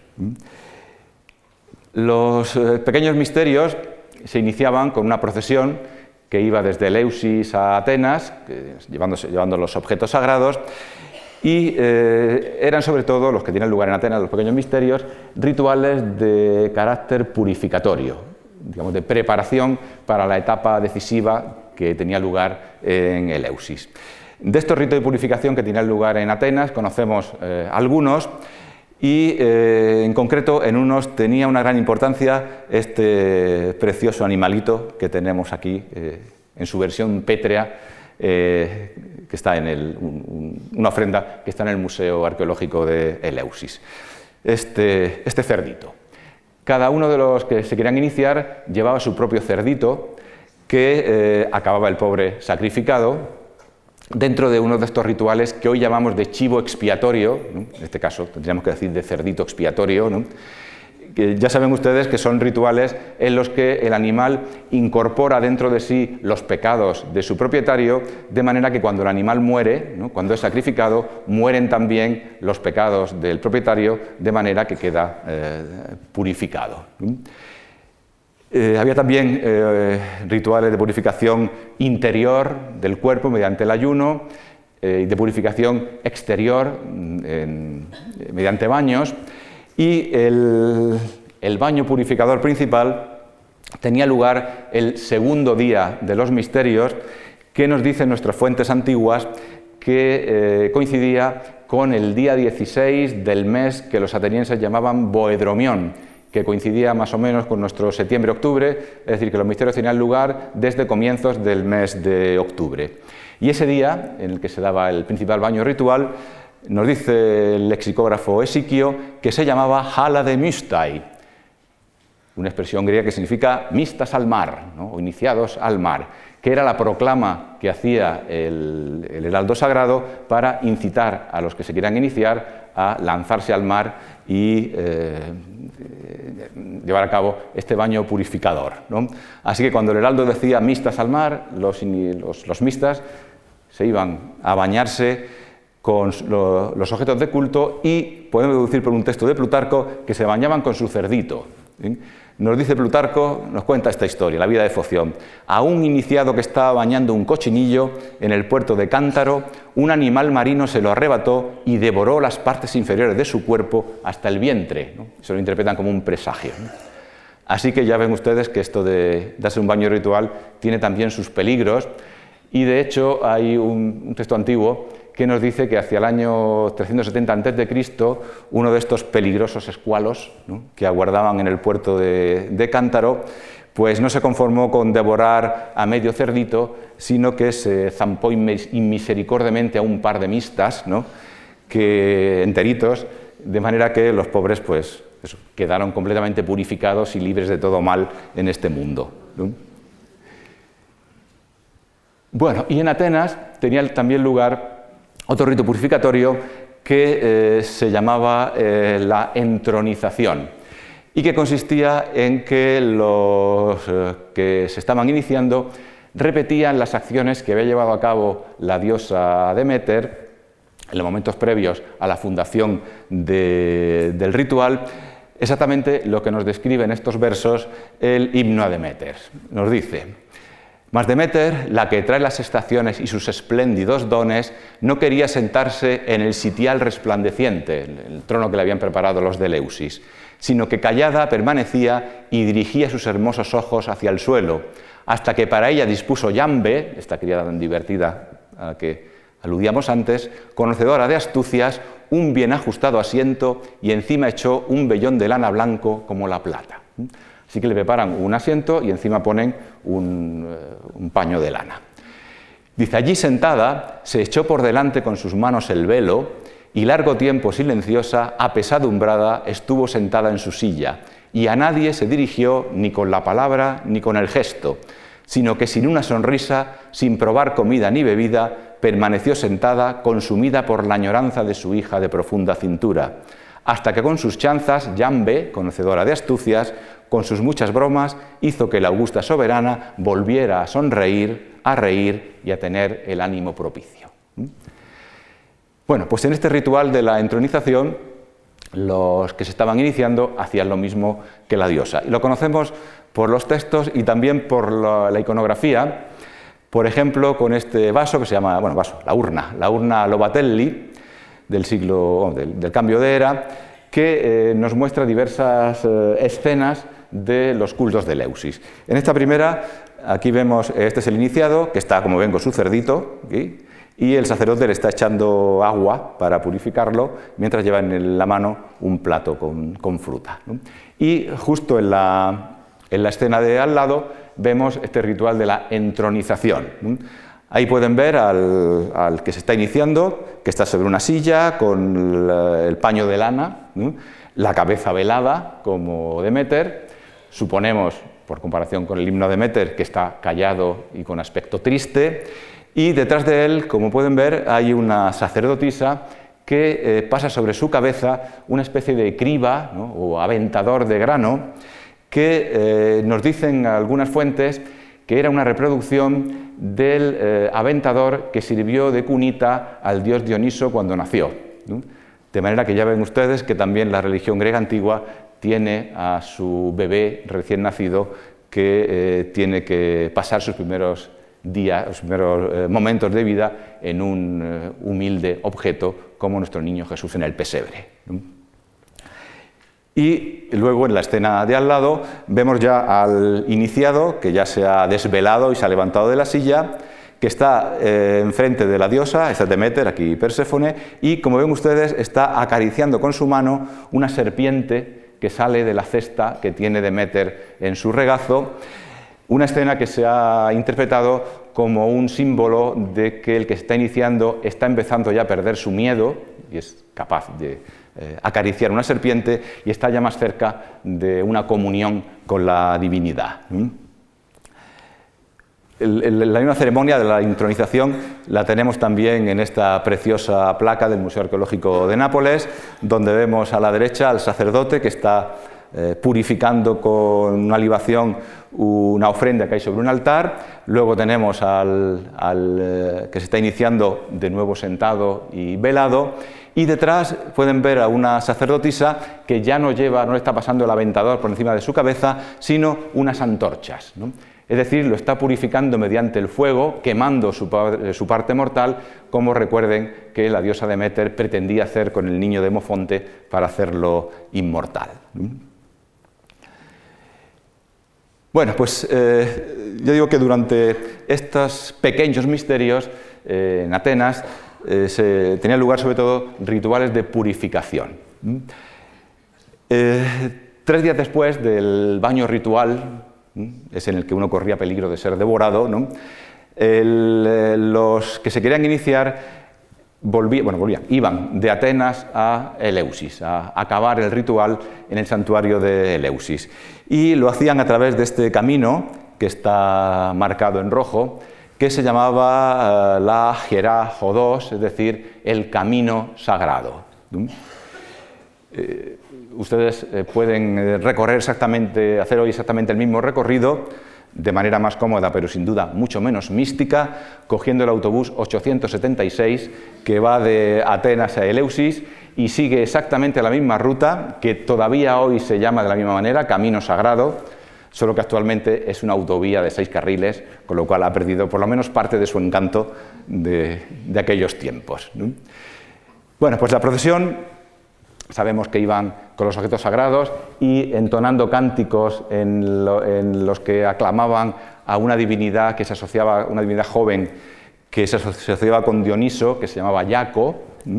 Los eh, pequeños misterios se iniciaban con una procesión que iba desde Eleusis a Atenas, que, llevándose, llevando los objetos sagrados, y eh, eran sobre todo, los que tienen lugar en Atenas, los pequeños misterios, rituales de carácter purificatorio, digamos, de preparación para la etapa decisiva que tenía lugar en Eleusis. De estos ritos de purificación que tenían lugar en Atenas conocemos eh, algunos, y eh, en concreto en unos tenía una gran importancia este precioso animalito que tenemos aquí eh, en su versión pétrea, eh, que está en el, un, un, una ofrenda que está en el Museo Arqueológico de Eleusis. Este, este cerdito. Cada uno de los que se querían iniciar llevaba su propio cerdito, que eh, acababa el pobre sacrificado dentro de uno de estos rituales que hoy llamamos de chivo expiatorio, ¿no? En este caso tendríamos que decir de cerdito expiatorio, ¿no? Que ya saben ustedes que son rituales en los que el animal incorpora dentro de sí los pecados de su propietario, de manera que cuando el animal muere, ¿no? Cuando es sacrificado, mueren también los pecados del propietario, de manera que queda eh, purificado, ¿no? Eh, había también eh, rituales de purificación interior del cuerpo mediante el ayuno, eh, de purificación exterior en, mediante baños, y el, el baño purificador principal tenía lugar el segundo día de los misterios, que nos dicen nuestras fuentes antiguas que eh, coincidía con el día dieciséis del mes que los atenienses llamaban Boedromión, que coincidía más o menos con nuestro septiembre-octubre, es decir, que los misterios tenían lugar desde comienzos del mes de octubre. Y ese día, en el que se daba el principal baño ritual, nos dice el lexicógrafo Esiquio que se llamaba hala de mystai, una expresión griega que significa mistas al mar, ¿no? O iniciados al mar, que era la proclama que hacía el, el heraldo sagrado para incitar a los que se quieran iniciar a lanzarse al mar y eh, llevar a cabo este baño purificador, ¿no? Así que cuando el heraldo decía mistas al mar, los, los, los mistas se iban a bañarse con lo, los objetos de culto, y podemos deducir por un texto de Plutarco que se bañaban con su cerdito, ¿sí? Nos dice Plutarco, nos cuenta esta historia, la vida de Foción. A un iniciado que estaba bañando un cochinillo en el puerto de Cántaro, un animal marino se lo arrebató y devoró las partes inferiores de su cuerpo hasta el vientre, ¿no? Se lo interpretan como un presagio, ¿no? Así que ya ven ustedes que esto de darse un baño ritual tiene también sus peligros, y de hecho hay un, un texto antiguo que nos dice que hacia el año trescientos setenta antes de Cristo uno de estos peligrosos escualos, ¿no?, que aguardaban en el puerto de, de Cántaro, pues no se conformó con devorar a medio cerdito, sino que se zampó inmisericordiamente a un par de mistas, ¿no?, que, enteritos, de manera que los pobres pues, eso, quedaron completamente purificados y libres de todo mal en este mundo, ¿no? Bueno, y en Atenas tenía también lugar otro rito purificatorio que eh, se llamaba eh, la entronización, y que consistía en que los eh, que se estaban iniciando repetían las acciones que había llevado a cabo la diosa Deméter en los momentos previos a la fundación de, del ritual, exactamente lo que nos describe en estos versos el himno a Deméter. Nos dice: mas Deméter, la que trae las estaciones y sus espléndidos dones, no quería sentarse en el sitial resplandeciente, el trono que le habían preparado los de Eleusis, sino que callada permanecía y dirigía sus hermosos ojos hacia el suelo, hasta que para ella dispuso Yambe, esta criada tan divertida a la que aludíamos antes, conocedora de astucias, un bien ajustado asiento, y encima echó un vellón de lana blanco como la plata. Así que le preparan un asiento y encima ponen un, un paño de lana. Dice: allí sentada se echó por delante con sus manos el velo, y largo tiempo silenciosa, apesadumbrada, estuvo sentada en su silla, y a nadie se dirigió ni con la palabra ni con el gesto, sino que sin una sonrisa, sin probar comida ni bebida, permaneció sentada, consumida por la añoranza de su hija de profunda cintura, hasta que con sus chanzas, Yambe, conocedora de astucias, con sus muchas bromas, hizo que la augusta soberana volviera a sonreír, a reír y a tener el ánimo propicio. Bueno, pues en este ritual de la entronización, los que se estaban iniciando hacían lo mismo que la diosa. Y lo conocemos por los textos y también por la, la iconografía, por ejemplo, con este vaso que se llama, bueno, vaso, la urna, la urna Lobatelli, del siglo, del, del cambio de era, que eh, nos muestra diversas eh, escenas de los cultos de Eleusis. En esta primera Aquí vemos, este es el iniciado, que está, como ven, con su cerdito, ¿sí? Y el sacerdote le está echando agua para purificarlo, mientras lleva en la mano un plato con, con fruta, ¿no? Y justo en la, en la escena de al lado vemos este ritual de la entronización, ¿no? Ahí pueden ver al, al que se está iniciando, que está sobre una silla con el, el paño de lana, ¿no? La cabeza velada como Deméter. Suponemos, por comparación con el himno de Deméter, que está callado y con aspecto triste, y detrás de él, como pueden ver, hay una sacerdotisa que eh, pasa sobre su cabeza una especie de criba, ¿no? O aventador de grano, que eh, nos dicen algunas fuentes que era una reproducción del eh, aventador que sirvió de cunita al dios Dioniso cuando nació, ¿no? De manera que ya ven ustedes que también la religión griega antigua tiene a su bebé recién nacido que eh, tiene que pasar sus primeros días, los primeros eh, momentos de vida en un eh, humilde objeto como nuestro niño Jesús en el pesebre, ¿no? Y luego en la escena de al lado vemos ya al iniciado que ya se ha desvelado y se ha levantado de la silla, que está eh, enfrente de la diosa, esta es Deméter, aquí Perséfone, y como ven ustedes está acariciando con su mano una serpiente que sale de la cesta que tiene Deméter en su regazo. Una escena que se ha interpretado como un símbolo de que el que se está iniciando está empezando ya a perder su miedo y es capaz de eh, acariciar una serpiente y está ya más cerca de una comunión con la divinidad. ¿Mm? El, el, la misma ceremonia de la intronización la tenemos también en esta preciosa placa del Museo Arqueológico de Nápoles, donde vemos a la derecha al sacerdote que está Eh, purificando con una libación una ofrenda que hay sobre un altar. Luego tenemos al, al eh, que se está iniciando de nuevo sentado y velado, y detrás pueden ver a una sacerdotisa que ya no lleva, no le está pasando el aventador por encima de su cabeza, sino unas antorchas, ¿no? Es decir, lo está purificando mediante el fuego, quemando su, su parte mortal, como recuerden que la diosa Deméter pretendía hacer con el niño de Demofonte para hacerlo inmortal, ¿no? Bueno, pues eh, yo digo que durante estos pequeños misterios eh, en Atenas eh, se tenían lugar sobre todo rituales de purificación. Eh, tres días después del baño ritual, es en el que uno corría peligro de ser devorado, ¿no? El, eh, los que se querían iniciar volvían, bueno, volvían, iban de Atenas a Eleusis, a acabar el ritual en el santuario de Eleusis. Y lo hacían a través de este camino, que está marcado en rojo, que se llamaba uh, la Hierá Jodos, es decir, el camino sagrado. ¿Mm? Eh, ustedes eh, pueden eh, recorrer exactamente, hacer hoy exactamente el mismo recorrido, de manera más cómoda, pero sin duda mucho menos mística, cogiendo el autobús ochocientos setenta y seis que va de Atenas a Eleusis y sigue exactamente la misma ruta, que todavía hoy se llama de la misma manera, Camino Sagrado, solo que actualmente es una autovía de seis carriles, con lo cual ha perdido por lo menos parte de su encanto de, de aquellos tiempos, ¿no? Bueno, pues la procesión, sabemos que iban con los objetos sagrados y entonando cánticos en, lo, en los que aclamaban a una divinidad que se asociaba, una divinidad joven que se asociaba con Dioniso, que se llamaba Yaco,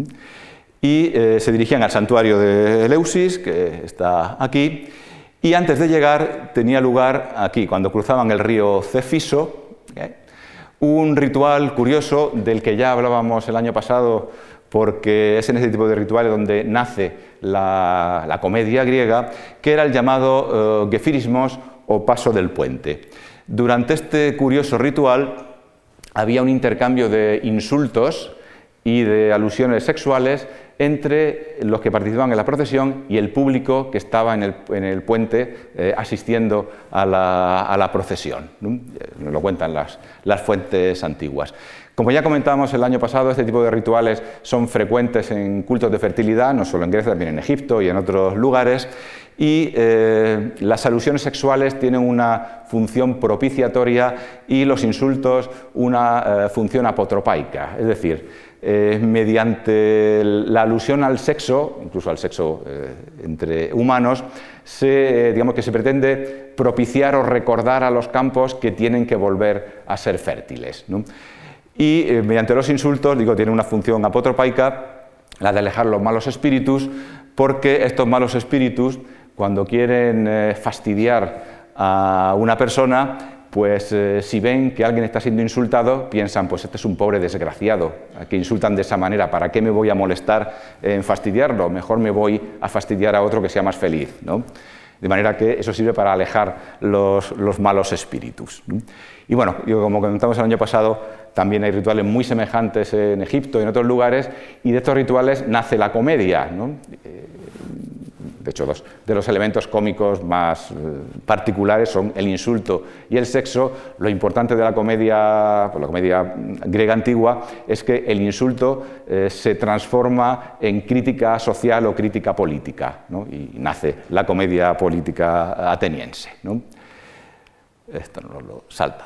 y eh, se dirigían al santuario de Eleusis, que está aquí, y antes de llegar tenía lugar aquí, cuando cruzaban el río Cefiso, ¿eh? un ritual curioso del que ya hablábamos el año pasado, porque es en ese tipo de rituales donde nace la, la comedia griega, que era el llamado uh, gefirismos o paso del puente. Durante este curioso ritual había un intercambio de insultos y de alusiones sexuales entre los que participaban en la procesión y el público que estaba en el, en el puente eh, asistiendo a la, a la procesión, ¿no? Nos lo cuentan las, las fuentes antiguas. Como ya comentábamos el año pasado, este tipo de rituales son frecuentes en cultos de fertilidad, no solo en Grecia, también en Egipto y en otros lugares, y eh, las alusiones sexuales tienen una función propiciatoria y los insultos una eh, función apotropaica, es decir, eh, mediante la alusión al sexo, incluso al sexo eh, entre humanos, se, eh, digamos que se pretende propiciar o recordar a los campos que tienen que volver a ser fértiles, ¿no? Y eh, mediante los insultos, digo, tiene una función apotropaica, la de alejar los malos espíritus, porque estos malos espíritus, cuando quieren eh, fastidiar a una persona, pues eh, si ven que alguien está siendo insultado, piensan, pues este es un pobre desgraciado, a que insultan de esa manera, ¿para qué me voy a molestar en fastidiarlo? Mejor me voy a fastidiar a otro que sea más feliz, ¿no? De manera que eso sirve para alejar los, los malos espíritus, ¿no? Y bueno, como comentamos el año pasado, también hay rituales muy semejantes en Egipto y en otros lugares, y de estos rituales nace la comedia, ¿no? De hecho, dos de los elementos cómicos más particulares son el insulto y el sexo. Lo importante de la comedia, pues la comedia griega antigua, es que el insulto eh, se transforma en crítica social o crítica política, ¿no? Y nace la comedia política ateniense, ¿no? Esto no lo salta.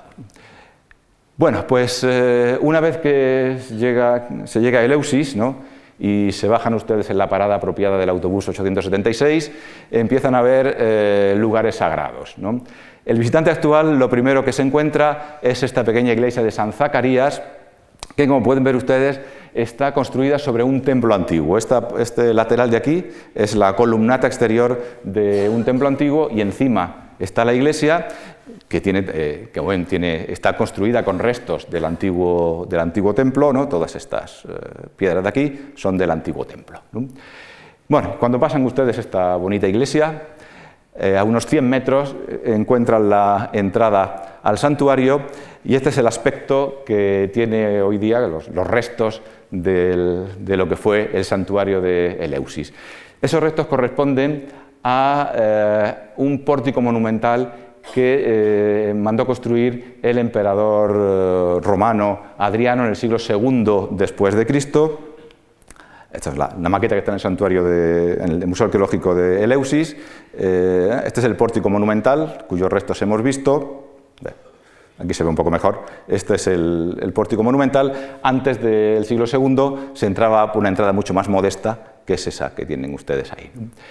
Bueno, pues eh, una vez que llega, se llega a Eleusis, ¿no?, y se bajan ustedes en la parada apropiada del autobús ochocientos setenta y seis, empiezan a ver eh, lugares sagrados, ¿no? El visitante actual lo primero que se encuentra es esta pequeña iglesia de San Zacarías, que, como pueden ver ustedes, está construida sobre un templo antiguo. Esta, este lateral de aquí es la columnata exterior de un templo antiguo, y encima está la iglesia, que, tiene, eh, que bueno, tiene, está construida con restos del antiguo, del antiguo templo, ¿no? Todas estas eh, piedras de aquí son del antiguo templo, ¿no? Bueno, cuando pasan ustedes esta bonita iglesia, eh, a unos cien metros eh, encuentran la entrada al santuario, y este es el aspecto que tiene hoy día los, los restos del, de lo que fue el santuario de Eleusis. Esos restos corresponden a eh, un pórtico monumental que eh, mandó construir el emperador eh, romano Adriano en el siglo segundo después de Cristo. Esta es la, la maqueta que está en el santuario, de, en el Museo Arqueológico de Eleusis. Eh, este es el pórtico monumental, cuyos restos hemos visto. Aquí se ve un poco mejor. Este es el, el pórtico monumental. Antes del siglo segundo se entraba por una entrada mucho más modesta, que es esa que tienen ustedes ahí.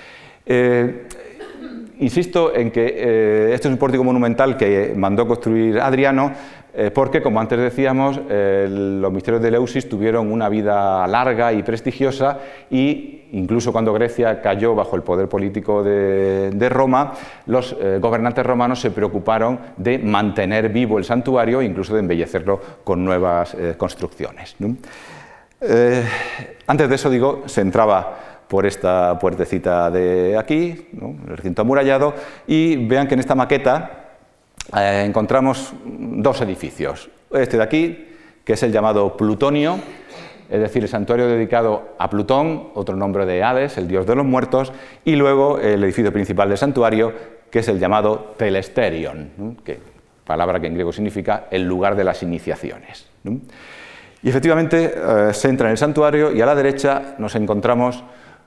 Eh, insisto en que eh, este es un pórtico monumental que mandó construir Adriano, eh, porque, como antes decíamos, eh, los misterios de Eleusis tuvieron una vida larga y prestigiosa, y incluso cuando Grecia cayó bajo el poder político de, de Roma, los eh, gobernantes romanos se preocuparon de mantener vivo el santuario e incluso de embellecerlo con nuevas eh, construcciones, ¿no? Eh, antes de eso, digo, se entraba por esta puertecita de aquí, ¿no?, el recinto amurallado, y vean que en esta maqueta eh, encontramos dos edificios. Este de aquí, que es el llamado Plutonio, es decir, el santuario dedicado a Plutón, otro nombre de Hades, el dios de los muertos, y luego el edificio principal del santuario, que es el llamado Telesterion, ¿no?, que, palabra que en griego significa el lugar de las iniciaciones, ¿no? Y efectivamente eh, se entra en el santuario, y a la derecha nos encontramos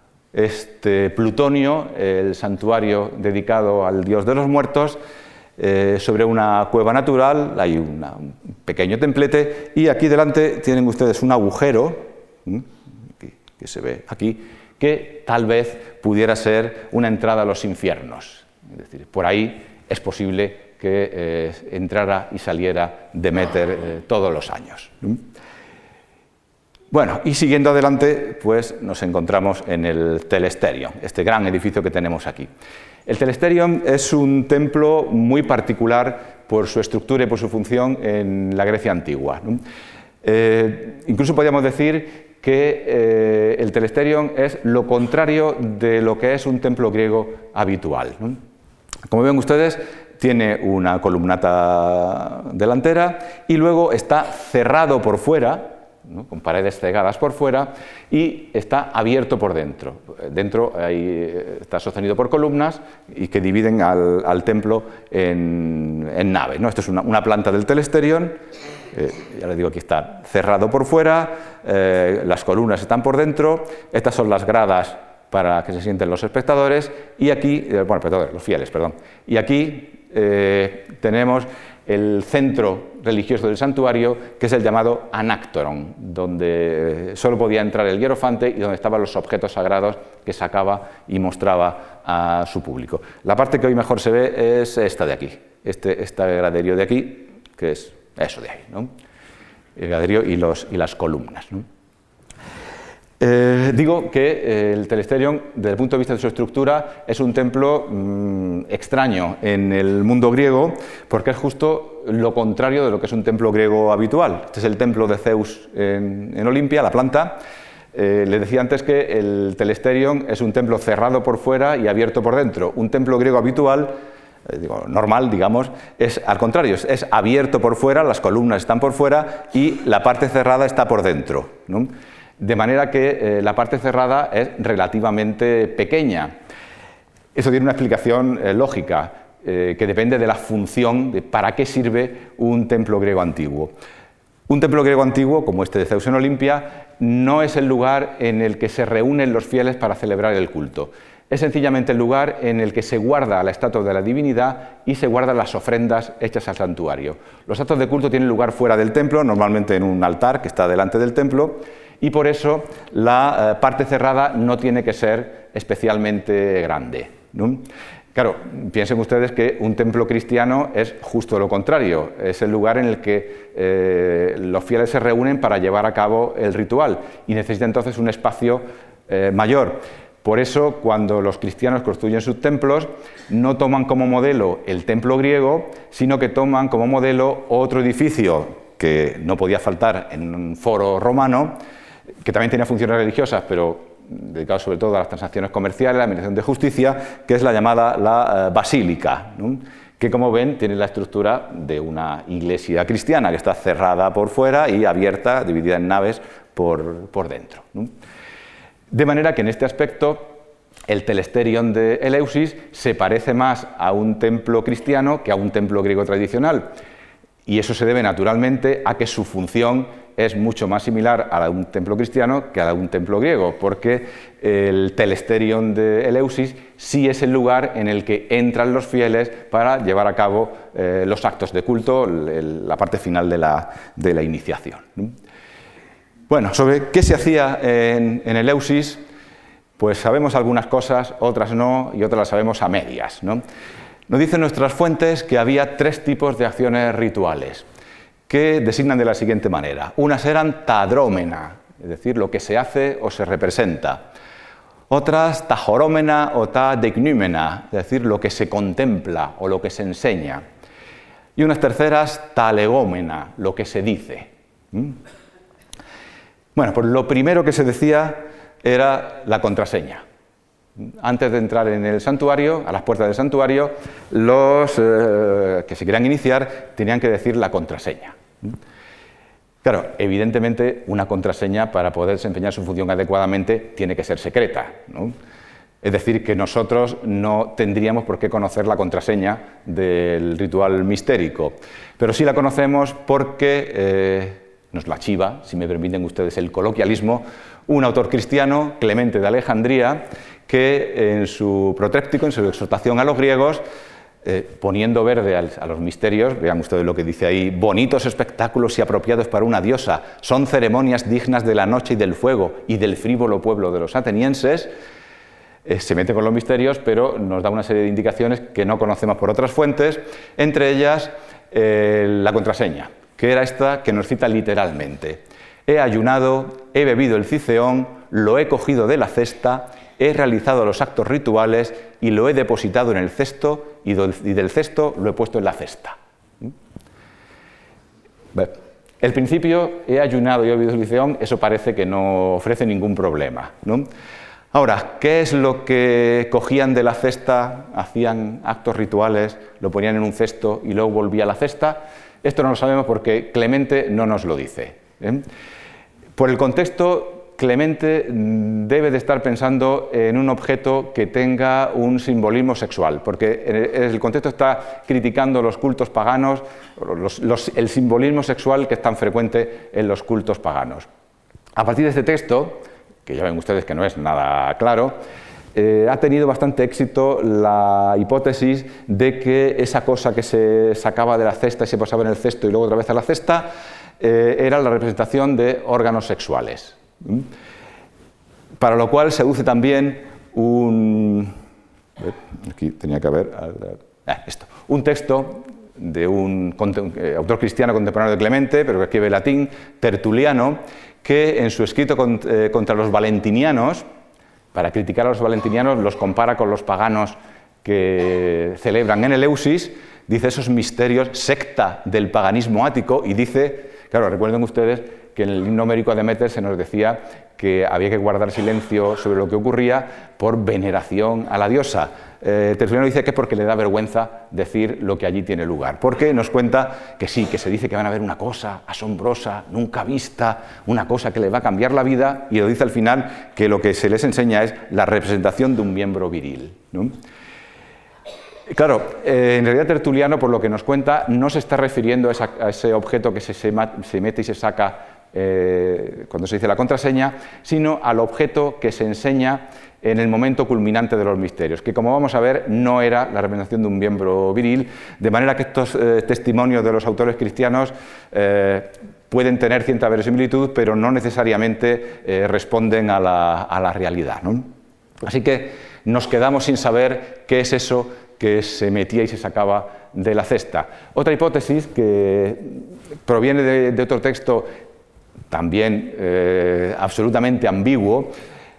este Plutonio, el santuario dedicado al dios de los muertos, eh, sobre una cueva natural. Hay una, un pequeño templete, y aquí delante tienen ustedes un agujero, ¿sí?, que, que se ve aquí, que tal vez pudiera ser una entrada a los infiernos. Es decir, por ahí es posible que eh, entrara y saliera Deméter eh, todos los años, ¿sí? Bueno, y siguiendo adelante, pues nos encontramos en el Telesterion, este gran edificio que tenemos aquí. El Telesterion es un templo muy particular por su estructura y por su función en la Grecia antigua, ¿no? Eh, incluso podríamos decir que eh, el Telesterion es lo contrario de lo que es un templo griego habitual, ¿no? Como ven ustedes, tiene una columnata delantera y luego está cerrado por fuera, ¿no?, con paredes cegadas por fuera, y está abierto por dentro. Dentro ahí está sostenido por columnas y que dividen al, al templo en, en naves, ¿no? Esto es una, una planta del Telesterion. Eh, ya les digo, aquí está cerrado por fuera, eh, las columnas están por dentro, estas son las gradas para que se sienten los espectadores, y aquí, eh, bueno, espectadores, los fieles, perdón, y aquí eh, tenemos el centro religioso del santuario, que es el llamado anáctoron, donde solo podía entrar el hierofante y donde estaban los objetos sagrados que sacaba y mostraba a su público. La parte que hoy mejor se ve es esta de aquí, este, este graderío de aquí, que es eso de ahí, ¿no? El graderío y, los, y las columnas, ¿no? Eh, digo que eh, el Telesterion, desde el punto de vista de su estructura, es un templo mmm, extraño en el mundo griego, porque es justo lo contrario de lo que es un templo griego habitual. Este es el templo de Zeus en, en Olimpia, la planta. Eh, les decía antes que el Telesterion es un templo cerrado por fuera y abierto por dentro. Un templo griego habitual, eh, digo, normal, digamos, es al contrario, es, es abierto por fuera, las columnas están por fuera y la parte cerrada está por dentro, ¿no? De manera que eh, la parte cerrada es relativamente pequeña. Eso tiene una explicación eh, lógica, eh, que depende de la función de para qué sirve un templo griego antiguo. Un templo griego antiguo, como este de Zeus en Olimpia, no es el lugar en el que se reúnen los fieles para celebrar el culto. Es sencillamente el lugar en el que se guarda la estatua de la divinidad y se guardan las ofrendas hechas al santuario. Los actos de culto tienen lugar fuera del templo, normalmente en un altar que está delante del templo, y por eso la eh, parte cerrada no tiene que ser especialmente grande, ¿no? Claro, piensen ustedes que un templo cristiano es justo lo contrario, es el lugar en el que eh, los fieles se reúnen para llevar a cabo el ritual y necesita entonces un espacio eh, mayor. Por eso, cuando los cristianos construyen sus templos, no toman como modelo el templo griego, sino que toman como modelo otro edificio que no podía faltar en un foro romano, que también tenía funciones religiosas, pero dedicado sobre todo a las transacciones comerciales, a la administración de justicia, que es la llamada la uh, basílica, ¿no? Que, como ven, tiene la estructura de una iglesia cristiana, que está cerrada por fuera y abierta, dividida en naves por, por dentro, ¿no? De manera que en este aspecto el Telesterion de Eleusis se parece más a un templo cristiano que a un templo griego tradicional. Y eso se debe naturalmente a que su función es mucho más similar a la de un templo cristiano que a la de un templo griego, porque el Telesterion de Eleusis sí es el lugar en el que entran los fieles para llevar a cabo eh, los actos de culto, el, la parte final de la, de la iniciación, ¿no? Bueno, sobre qué se hacía en, en Eleusis, pues sabemos algunas cosas, otras no, y otras las sabemos a medias, ¿no? Nos dicen nuestras fuentes que había tres tipos de acciones rituales, que designan de la siguiente manera. Unas eran tadrómena, es decir, lo que se hace o se representa. Otras tajorómena o tadeicnúmena, es decir, lo que se contempla o lo que se enseña. Y unas terceras talegómena, lo que se dice. ¿Mm? Bueno, pues lo primero que se decía era la contraseña. Antes de entrar en el santuario, a las puertas del santuario, los eh, que se querían iniciar tenían que decir la contraseña. Claro, evidentemente una contraseña para poder desempeñar su función adecuadamente tiene que ser secreta, ¿no? Es decir, que nosotros no tendríamos por qué conocer la contraseña del ritual mistérico, pero sí la conocemos porque eh, nos la chiva, si me permiten ustedes el coloquialismo, un autor cristiano, Clemente de Alejandría, que en su protéptico, en su exhortación a los griegos, eh, poniendo verde al, a los misterios, vean ustedes lo que dice ahí, bonitos espectáculos y apropiados para una diosa, son ceremonias dignas de la noche y del fuego y del frívolo pueblo de los atenienses, eh, se mete con los misterios, pero nos da una serie de indicaciones que no conocemos por otras fuentes, entre ellas eh, la contraseña, que era esta que nos cita literalmente. He ayunado, he bebido el ciceón, lo he cogido de la cesta, he realizado los actos rituales y lo he depositado en el cesto y del cesto lo he puesto en la cesta. El principio, he ayunado y he bebido el ciceón, eso parece que no ofrece ningún problema, ¿no? Ahora, ¿qué es lo que cogían de la cesta, hacían actos rituales, lo ponían en un cesto y luego volvía a la cesta? Esto no lo sabemos porque Clemente no nos lo dice, ¿eh? Por el contexto, Clemente debe de estar pensando en un objeto que tenga un simbolismo sexual, porque el contexto está criticando los cultos paganos, los, los, el simbolismo sexual que es tan frecuente en los cultos paganos. A partir de este texto, que ya ven ustedes que no es nada claro, eh, ha tenido bastante éxito la hipótesis de que esa cosa que se sacaba de la cesta y se posaba en el cesto y luego otra vez a la cesta eh, era la representación de órganos sexuales. ¿Mm? Para lo cual se aduce también un... Aquí tenía que haber... Ah, esto, un texto de un autor cristiano contemporáneo de Clemente, pero que escribe latín, Tertuliano, que en su escrito contra los valentinianos, para criticar a los valentinianos, los compara con los paganos que celebran en Eleusis, dice esos misterios, secta del paganismo ático, y dice, claro, recuerden ustedes que en el himno homérico a Deméter se nos decía que había que guardar silencio sobre lo que ocurría por veneración a la diosa. Eh, Tertuliano dice que es porque le da vergüenza decir lo que allí tiene lugar, porque nos cuenta que sí, que se dice que van a ver una cosa asombrosa, nunca vista, una cosa que le va a cambiar la vida, y lo dice al final que lo que se les enseña es la representación de un miembro viril, ¿no? Claro, eh, en realidad Tertuliano, por lo que nos cuenta, no se está refiriendo a, esa, a ese objeto que se, se, se mete y se saca eh, cuando se dice la contraseña, sino al objeto que se enseña en el momento culminante de los misterios, que como vamos a ver no era la representación de un miembro viril, de manera que estos eh, testimonios de los autores cristianos eh, pueden tener cierta verosimilitud, pero no necesariamente eh, responden a la, a la realidad, ¿no? Así que nos quedamos sin saber qué es eso que se metía y se sacaba de la cesta. Otra hipótesis que proviene de, de otro texto también eh, absolutamente ambiguo,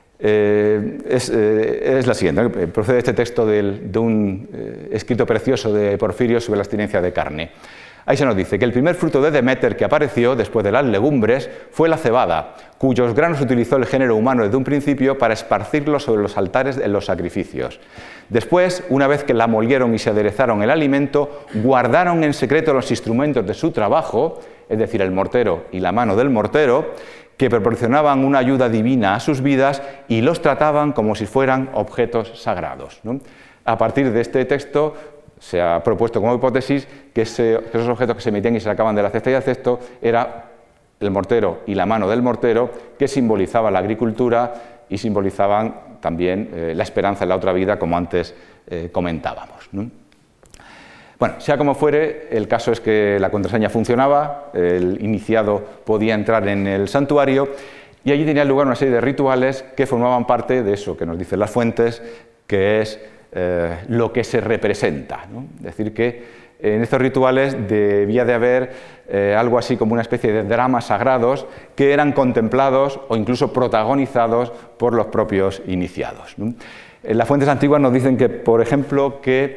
eh, es, eh, es la siguiente. Procede este texto del, de un eh, escrito precioso de Porfirio sobre la abstinencia de carne. Ahí se nos dice que el primer fruto de Deméter que apareció después de las legumbres fue la cebada, cuyos granos utilizó el género humano desde un principio para esparcirlos sobre los altares en los sacrificios. Después, una vez que la molieron y se aderezaron el alimento, guardaron en secreto los instrumentos de su trabajo, es decir, el mortero y la mano del mortero, que proporcionaban una ayuda divina a sus vidas y los trataban como si fueran objetos sagrados, ¿no? A partir de este texto se ha propuesto como hipótesis que, ese, que esos objetos que se metían y se sacaban de la cesta y del cesto era el mortero y la mano del mortero, que simbolizaban la agricultura y simbolizaban también eh, la esperanza en la otra vida, como antes eh, comentábamos, ¿no? Bueno, sea como fuere, el caso es que la contraseña funcionaba, el iniciado podía entrar en el santuario y allí tenía lugar una serie de rituales que formaban parte de eso que nos dicen las fuentes, que es eh, lo que se representa, ¿no? Es decir, que en estos rituales debía de haber eh, algo así como una especie de dramas sagrados que eran contemplados o incluso protagonizados por los propios iniciados, ¿no? En las fuentes antiguas nos dicen que, por ejemplo, que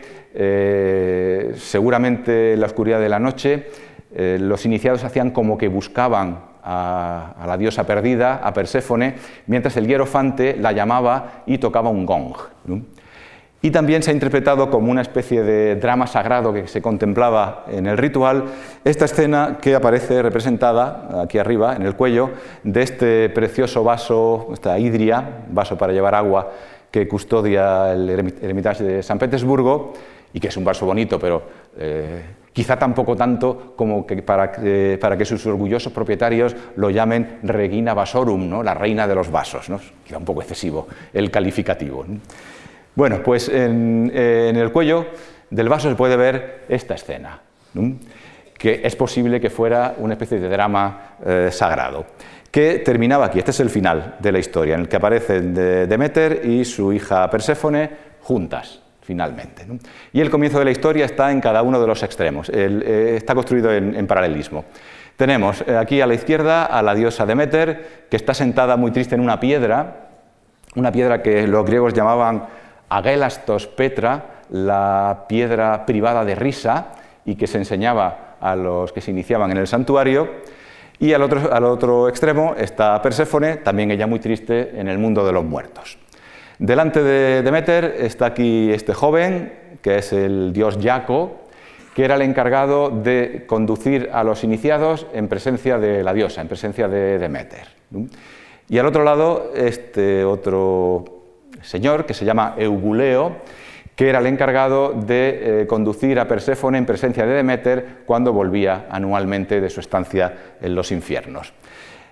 eh, seguramente en la oscuridad de la noche eh, los iniciados hacían como que buscaban a, a la diosa perdida, a Perséfone, mientras el hierofante la llamaba y tocaba un gong, ¿no? Y también se ha interpretado como una especie de drama sagrado que se contemplaba en el ritual esta escena que aparece representada aquí arriba, en el cuello, de este precioso vaso, esta hidria, vaso para llevar agua, que custodia el Hermitage de San Petersburgo, y que es un vaso bonito, pero eh, quizá tampoco tanto como que para, eh, para que sus orgullosos propietarios lo llamen Regina Vasorum, ¿no? La reina de los vasos, ¿no? Queda un poco excesivo el calificativo, ¿no? Bueno, pues en, eh, en el cuello del vaso se puede ver esta escena, ¿no? Que es posible que fuera una especie de drama eh, sagrado, que terminaba aquí. Este es el final de la historia, en el que aparecen de Deméter y su hija Perséfone juntas, finalmente, ¿no? Y el comienzo de la historia está en cada uno de los extremos, el, eh, está construido en, en paralelismo. Tenemos eh, aquí a la izquierda a la diosa Deméter, que está sentada muy triste en una piedra, una piedra que los griegos llamaban Agélastos Petra, la piedra privada de risa, y que se enseñaba a los que se iniciaban en el santuario. Y al otro, al otro extremo está Perséfone, también ella muy triste, en el mundo de los muertos. Delante de Deméter está aquí este joven, que es el dios Jaco, que era el encargado de conducir a los iniciados en presencia de la diosa, en presencia de Deméter, ¿no? Y al otro lado, este otro señor, que se llama Eubuleo, que era el encargado de eh, conducir a Perséfone en presencia de Deméter cuando volvía anualmente de su estancia en los infiernos.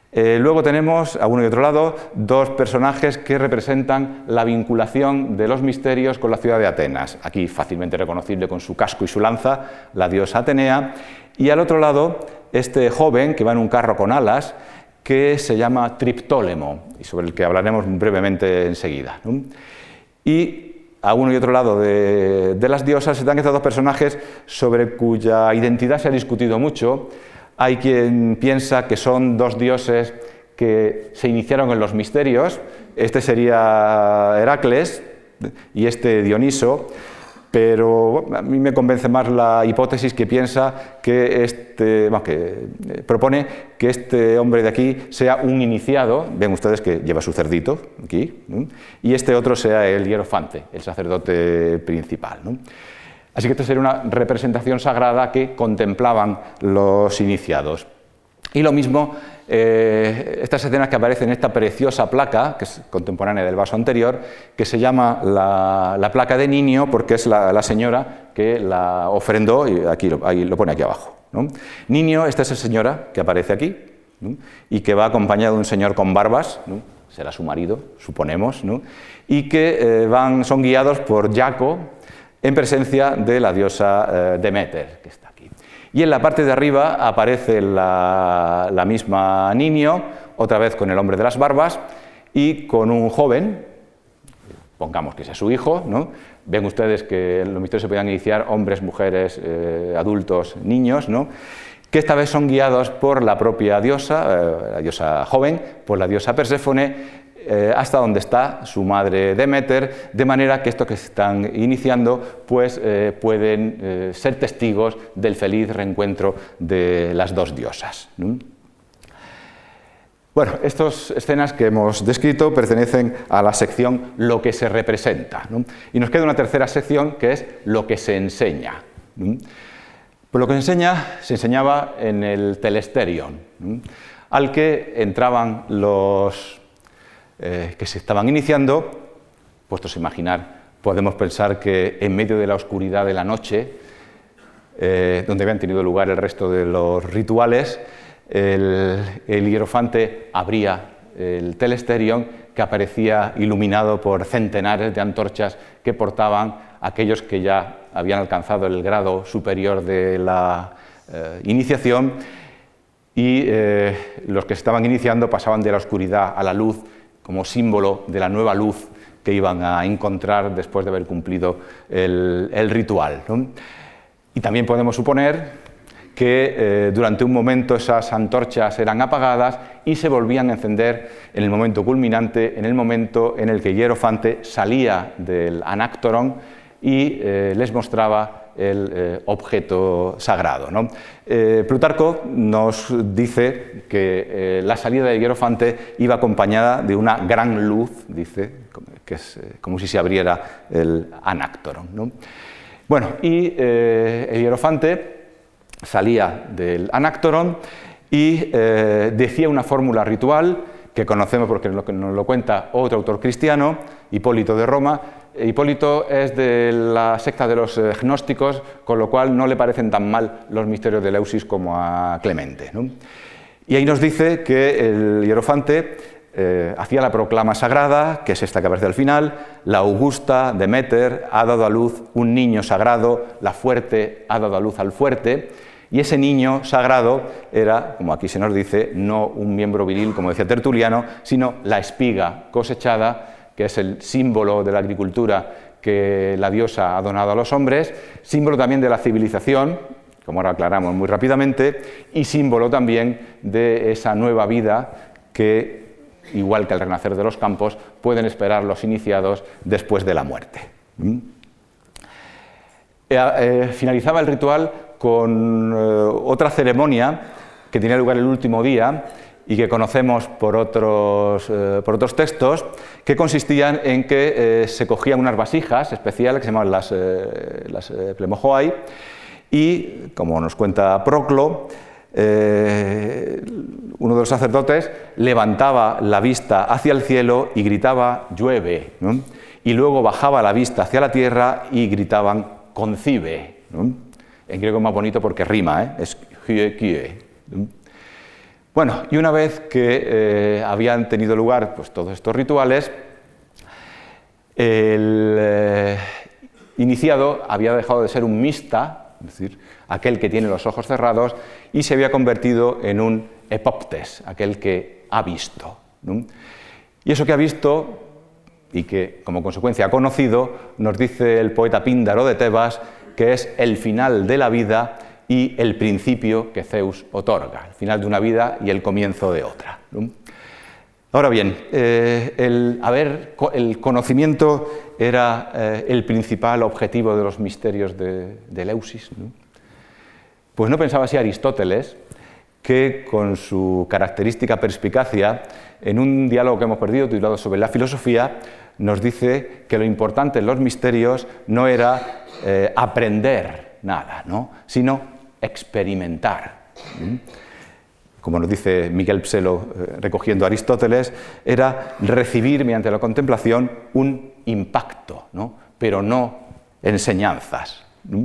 Eh, luego tenemos, a uno y otro lado, dos personajes que representan la vinculación de los misterios con la ciudad de Atenas. Aquí fácilmente reconocible con su casco y su lanza, la diosa Atenea. Y al otro lado, este joven que va en un carro con alas, que se llama Triptólemo, y sobre el que hablaremos brevemente enseguida, ¿no? Y a uno y otro lado de, de las diosas están estos dos personajes sobre cuya identidad se ha discutido mucho. Hay quien piensa que son dos dioses que se iniciaron en los misterios. Este sería Heracles y este Dioniso, pero a mí me convence más la hipótesis que piensa que este, bueno, que propone que este hombre de aquí sea un iniciado. Ven ustedes que lleva su cerdito aquí, ¿no? Y este otro sea el hierofante, el sacerdote principal, ¿no? Así que esta sería una representación sagrada que contemplaban los iniciados. Y lo mismo, eh, estas escenas que aparecen en esta preciosa placa, que es contemporánea del vaso anterior, que se llama la, la placa de Ninio, porque es la, la señora que la ofrendó, y aquí lo, ahí lo pone aquí abajo, ¿no? Ninio, esta es la señora que aparece aquí, ¿no? Y que va acompañada de un señor con barbas, ¿no? Será su marido, suponemos, ¿no? Y que eh, van, son guiados por Jaco, en presencia de la diosa eh, Deméter, que está aquí. Y en la parte de arriba aparece la, la misma Ninio, otra vez con el hombre de las barbas, y con un joven, pongamos que sea su hijo, ¿no? Ven ustedes que en los misterios se podían iniciar hombres, mujeres, eh, adultos, niños, ¿no? Que esta vez son guiados por la propia diosa, eh, la diosa joven, por la diosa Perséfone, Eh, hasta donde está su madre Deméter, de manera que estos que se están iniciando pues, eh, pueden eh, ser testigos del feliz reencuentro de las dos diosas, ¿no? Bueno, estas escenas que hemos descrito pertenecen a la sección Lo que se representa, ¿no? Y nos queda una tercera sección que es Lo que se enseña, ¿no? Pues lo que se enseña se enseñaba en el Telesterion, ¿no? Al que entraban los Eh, que se estaban iniciando. Puestos a imaginar, podemos pensar que en medio de la oscuridad de la noche, eh, donde habían tenido lugar el resto de los rituales, el, el hierofante abría el Telesterion, que aparecía iluminado por centenares de antorchas que portaban aquellos que ya habían alcanzado el grado superior de la eh, iniciación, y eh, los que se estaban iniciando pasaban de la oscuridad a la luz, como símbolo de la nueva luz que iban a encontrar después de haber cumplido el, el ritual, ¿no? Y también podemos suponer que eh, durante un momento esas antorchas eran apagadas y se volvían a encender en el momento culminante, en el momento en el que Hierofante salía del Anáctoron y eh, les mostraba el eh, objeto sagrado, ¿no? Eh, Plutarco nos dice que eh, la salida de Hierofante iba acompañada de una gran luz, dice, que es eh, como si se abriera el Anáctoron, ¿no? Bueno, y eh, el Hierofante salía del Anáctoron y eh, decía una fórmula ritual que conocemos porque nos lo cuenta otro autor cristiano, Hipólito de Roma. Hipólito es de la secta de los gnósticos, con lo cual no le parecen tan mal los misterios de Eleusis como a Clemente, ¿no? Y ahí nos dice que el Hierofante eh, hacía la proclama sagrada, que es esta que aparece al final: la augusta Deméter ha dado a luz un niño sagrado, la fuerte ha dado a luz al fuerte. Y ese niño sagrado era, como aquí se nos dice, no un miembro viril, como decía Tertuliano, sino la espiga cosechada, que es el símbolo de la agricultura que la diosa ha donado a los hombres, símbolo también de la civilización, como ahora aclaramos muy rápidamente, y símbolo también de esa nueva vida que, igual que al renacer de los campos, pueden esperar los iniciados después de la muerte. ¿Mm? Eh, eh, finalizaba el ritual con eh, otra ceremonia que tenía lugar el último día, y que conocemos por otros, eh, por otros textos, que consistían en que eh, se cogían unas vasijas especiales que se llamaban las, eh, las eh, plemojoai, y, como nos cuenta Proclo, eh, uno de los sacerdotes levantaba la vista hacia el cielo y gritaba llueve, ¿no? Y luego bajaba la vista hacia la tierra y gritaban concibe, ¿no? En griego es más bonito porque rima, ¿eh? Es hye kie, ¿no? Bueno, y una vez que eh, habían tenido lugar pues, todos estos rituales, el eh, iniciado había dejado de ser un mista, es decir, aquel que tiene los ojos cerrados, y se había convertido en un epoptes, aquel que ha visto, ¿no? Y eso que ha visto, y que como consecuencia ha conocido, nos dice el poeta Píndaro de Tebas, que es el final de la vida y el principio que Zeus otorga, el final de una vida y el comienzo de otra, ¿no? Ahora bien, eh, el, haber, el conocimiento era eh, el principal objetivo de los misterios de, de Eleusis, ¿no? Pues no pensaba así Aristóteles, que con su característica perspicacia, en un diálogo que hemos perdido titulado Sobre la filosofía, nos dice que lo importante en los misterios no era eh, aprender nada, ¿no? Sino experimentar. ¿Mm? Como nos dice Miguel Pselo, eh, recogiendo a Aristóteles, era recibir mediante la contemplación un impacto, ¿no? Pero no enseñanzas. ¿Mm?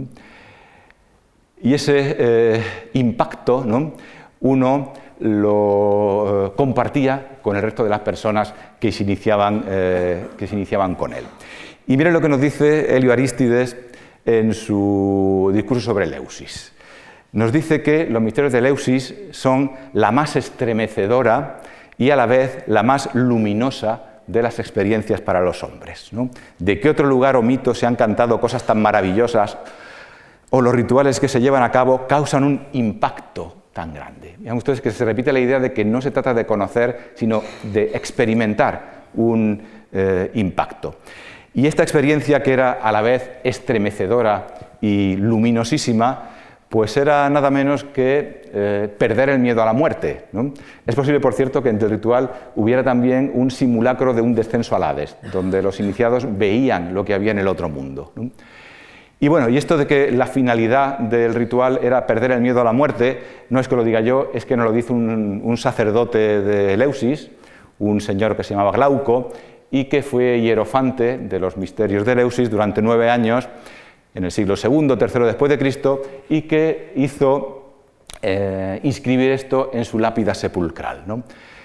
Y ese eh, impacto, ¿no? Uno lo eh, compartía con el resto de las personas que se iniciaban, eh, que se iniciaban con él. Y miren lo que nos dice Helio Arístides en su discurso sobre Eleusis. Nos dice que los misterios de Eleusis son la más estremecedora y a la vez la más luminosa de las experiencias para los hombres, ¿no? ¿De qué otro lugar o mito se han cantado cosas tan maravillosas o los rituales que se llevan a cabo causan un impacto tan grande? Vean ustedes que se repite la idea de que no se trata de conocer, sino de experimentar un eh, impacto. Y esta experiencia, que era a la vez estremecedora y luminosísima, pues era nada menos que eh, perder el miedo a la muerte, ¿no? Es posible, por cierto, que entre el ritual hubiera también un simulacro de un descenso al Hades, donde los iniciados veían lo que había en el otro mundo, ¿no? Y bueno, y esto de que la finalidad del ritual era perder el miedo a la muerte, no es que lo diga yo, es que nos lo dice un, un sacerdote de Eleusis, un señor que se llamaba Glauco, y que fue hierofante de los misterios de Eleusis durante nueve años, en el siglo segundo, tercero después de Cristo, y que hizo eh, inscribir esto en su lápida sepulcral, ¿no?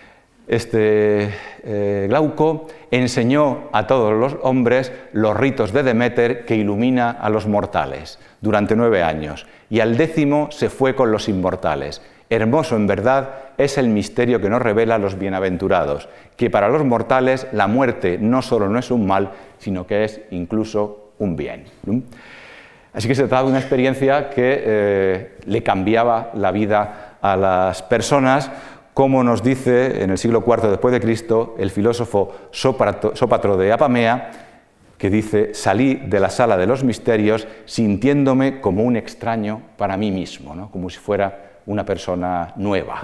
Este eh, Glauco enseñó a todos los hombres los ritos de Deméter que ilumina a los mortales durante nueve años, y al décimo se fue con los inmortales. Hermoso en verdad es el misterio que nos revela los bienaventurados, que para los mortales la muerte no solo no es un mal, sino que es incluso un bien, ¿no? Así que se trataba de una experiencia que eh, le cambiaba la vida a las personas, como nos dice en el siglo cuarto después de Cristo el filósofo Sópatro de Apamea, que dice: salí de la sala de los misterios sintiéndome como un extraño para mí mismo, ¿no? Como si fuera una persona nueva.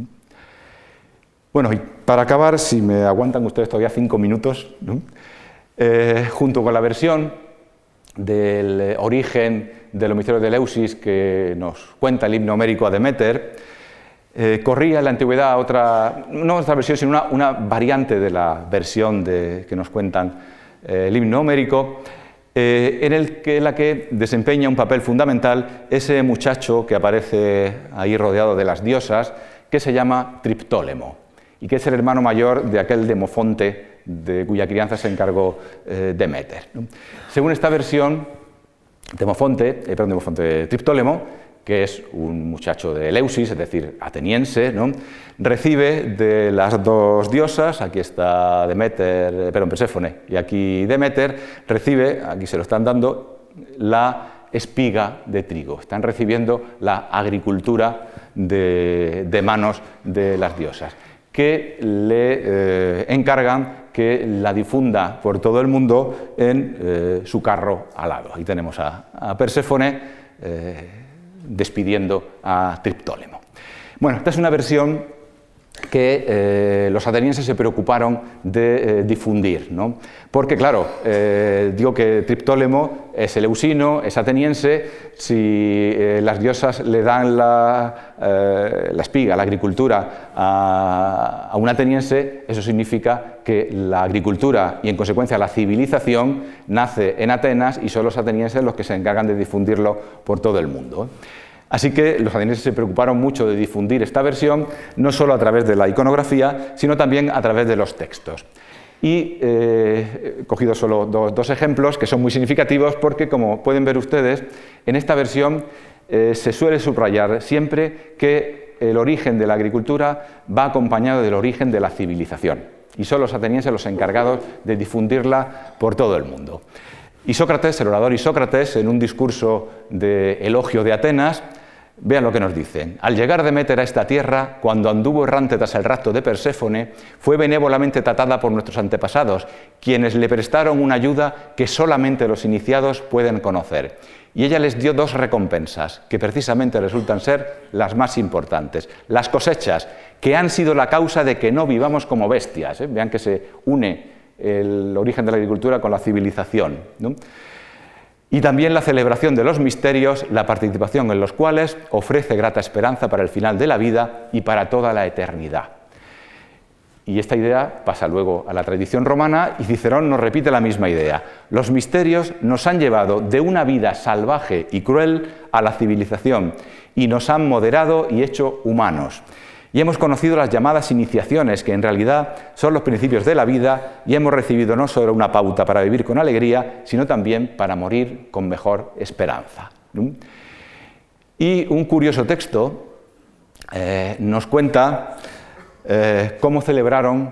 Bueno, y para acabar, si me aguantan ustedes todavía cinco minutos, ¿no? eh, junto con la versión del origen de los misterios de Eleusis que nos cuenta el himno homérico a Deméter, eh, corría en la antigüedad otra, no otra versión, sino una, una variante de la versión de, que nos cuentan eh, el himno homérico, eh, en, el que, en la que desempeña un papel fundamental ese muchacho que aparece ahí rodeado de las diosas, que se llama Triptólemo, y que es el hermano mayor de aquel Demofonte de cuya crianza se encargó eh, Deméter, ¿no? Según esta versión, Demofonte, eh, perdón, Demofonte, Triptólemo, que es un muchacho de Eleusis, es decir, ateniense, ¿no? Recibe de las dos diosas, aquí está Deméter, eh, perdón, Perséfone, y aquí Deméter, recibe, aquí se lo están dando, la espiga de trigo. Están recibiendo la agricultura de, de manos de las diosas, que le eh, encargan que la difunda por todo el mundo en eh, su carro alado. Ahí tenemos a, a Perséfone eh, despidiendo a Triptólemo. Bueno, esta es una versión que eh, los atenienses se preocuparon de eh, difundir, ¿no? Porque, claro, eh, digo que Triptólemo es eleusino, es ateniense, si eh, las diosas le dan la, eh, la espiga, la agricultura a, a un ateniense, eso significa que la agricultura y, en consecuencia, la civilización nace en Atenas y son los atenienses los que se encargan de difundirlo por todo el mundo. Así que los atenienses se preocuparon mucho de difundir esta versión, no solo a través de la iconografía, sino también a través de los textos. Y eh, he cogido solo dos, dos ejemplos que son muy significativos porque, como pueden ver ustedes, en esta versión eh, se suele subrayar siempre que el origen de la agricultura va acompañado del origen de la civilización. Y son los atenienses los encargados de difundirla por todo el mundo. Isócrates, el orador Isócrates, en un discurso de elogio de Atenas, vean lo que nos dicen. Al llegar Deméter a esta tierra, cuando anduvo errante tras el rapto de Perséfone, fue benévolamente tratada por nuestros antepasados, quienes le prestaron una ayuda que solamente los iniciados pueden conocer. Y ella les dio dos recompensas, que precisamente resultan ser las más importantes. Las cosechas, que han sido la causa de que no vivamos como bestias. ¿eh? Vean que se une el origen de la agricultura con la civilización, ¿no? Y también la celebración de los misterios, la participación en los cuales ofrece grata esperanza para el final de la vida y para toda la eternidad. Y esta idea pasa luego a la tradición romana y Cicerón nos repite la misma idea. Los misterios nos han llevado de una vida salvaje y cruel a la civilización y nos han moderado y hecho humanos. Y hemos conocido las llamadas iniciaciones, que en realidad son los principios de la vida, y hemos recibido no solo una pauta para vivir con alegría, sino también para morir con mejor esperanza. Y un curioso texto eh, nos cuenta eh, cómo celebraron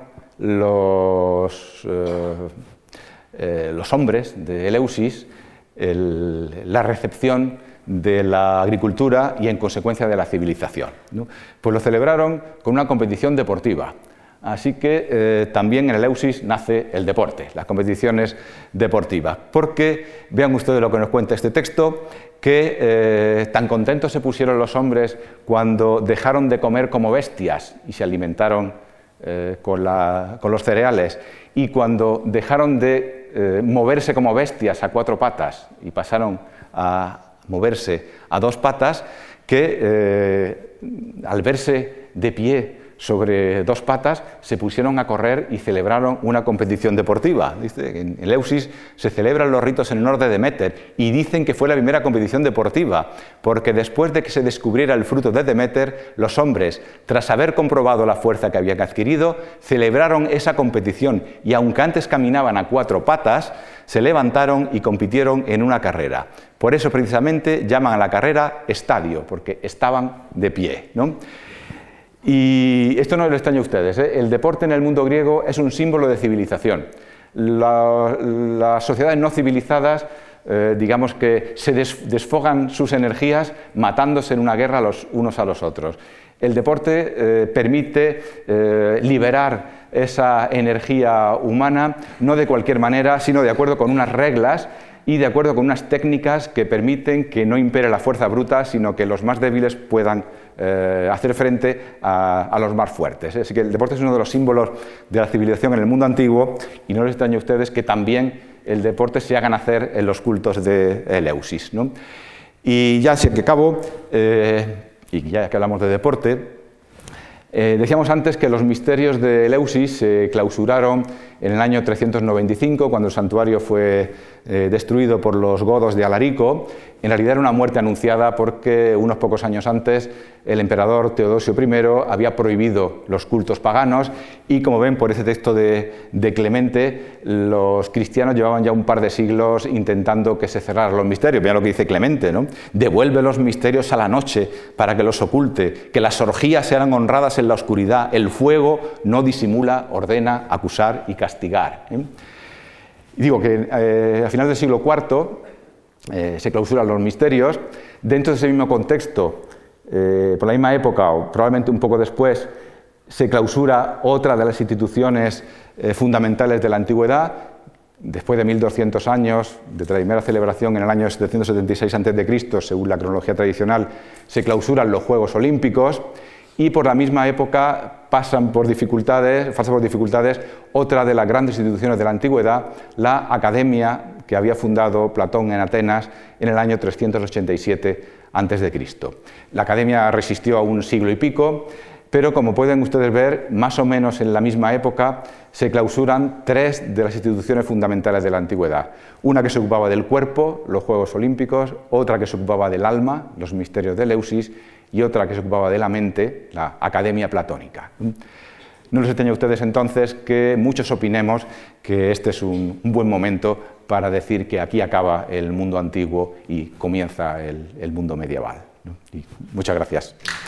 los, eh, eh, los hombres de Eleusis el, la recepción de la agricultura y en consecuencia de la civilización, ¿no? Pues lo celebraron con una competición deportiva. Así que eh, también en Eleusis nace el deporte, las competiciones deportivas, porque vean ustedes lo que nos cuenta este texto, que eh, tan contentos se pusieron los hombres cuando dejaron de comer como bestias y se alimentaron eh, con, la, con los cereales, y cuando dejaron de eh, moverse como bestias a cuatro patas y pasaron a moverse a dos patas, que eh, al verse de pie sobre dos patas se pusieron a correr y celebraron una competición deportiva. Dice, en Eleusis se celebran los ritos en honor de Deméter y dicen que fue la primera competición deportiva porque después de que se descubriera el fruto de Deméter, los hombres, tras haber comprobado la fuerza que habían adquirido, celebraron esa competición y aunque antes caminaban a cuatro patas, se levantaron y compitieron en una carrera. Por eso precisamente llaman a la carrera estadio, porque estaban de pie, ¿no? Y esto no les extraña a ustedes, ¿eh? El deporte en el mundo griego es un símbolo de civilización. La, las sociedades no civilizadas, eh, digamos que se des, desfogan sus energías matándose en una guerra los unos a los otros. El deporte eh, permite eh, liberar esa energía humana, no de cualquier manera, sino de acuerdo con unas reglas y de acuerdo con unas técnicas que permiten que no impere la fuerza bruta, sino que los más débiles puedan eh, hacer frente a, a los más fuertes. Así que el deporte es uno de los símbolos de la civilización en el mundo antiguo y no les extrañe a ustedes que también el deporte se haga nacer en los cultos de Eleusis, ¿no? Y ya si que acabo, eh, y ya que hablamos de deporte, Eh, decíamos antes que los misterios de Eleusis se clausuraron en el año trescientos noventa y cinco, cuando el santuario fue eh, destruido por los godos de Alarico. En realidad era una muerte anunciada porque unos pocos años antes el emperador Teodosio primero había prohibido los cultos paganos y, como ven por ese texto de, de Clemente, los cristianos llevaban ya un par de siglos intentando que se cerraran los misterios. Vean lo que dice Clemente, ¿no? Devuelve los misterios a la noche para que los oculte, que las orgías sean honradas en la oscuridad, el fuego no disimula, ordena, acusar y castigar, ¿eh? Y digo que eh, a finales del siglo cuarto eh, se clausuran los misterios. Dentro de ese mismo contexto, eh, por la misma época o probablemente un poco después, se clausura otra de las instituciones eh, fundamentales de la antigüedad. Después de mil doscientos años, de la primera celebración en el año setecientos setenta y seis antes de Cristo, según la cronología tradicional, se clausuran los Juegos Olímpicos. Y por la misma época pasan por dificultades, pasa por dificultades otra de las grandes instituciones de la antigüedad, la Academia que había fundado Platón en Atenas en el año trescientos ochenta y siete antes de Cristo. La Academia resistió a un siglo y pico, pero como pueden ustedes ver, más o menos en la misma época se clausuran tres de las instituciones fundamentales de la antigüedad. Una que se ocupaba del cuerpo, los Juegos Olímpicos, otra que se ocupaba del alma, los misterios de Eleusis, y otra que se ocupaba de la mente, la Academia Platónica. No les extraña a ustedes entonces que muchos opinemos que este es un, un buen momento para decir que aquí acaba el mundo antiguo y comienza el, el mundo medieval, ¿no? Y muchas gracias.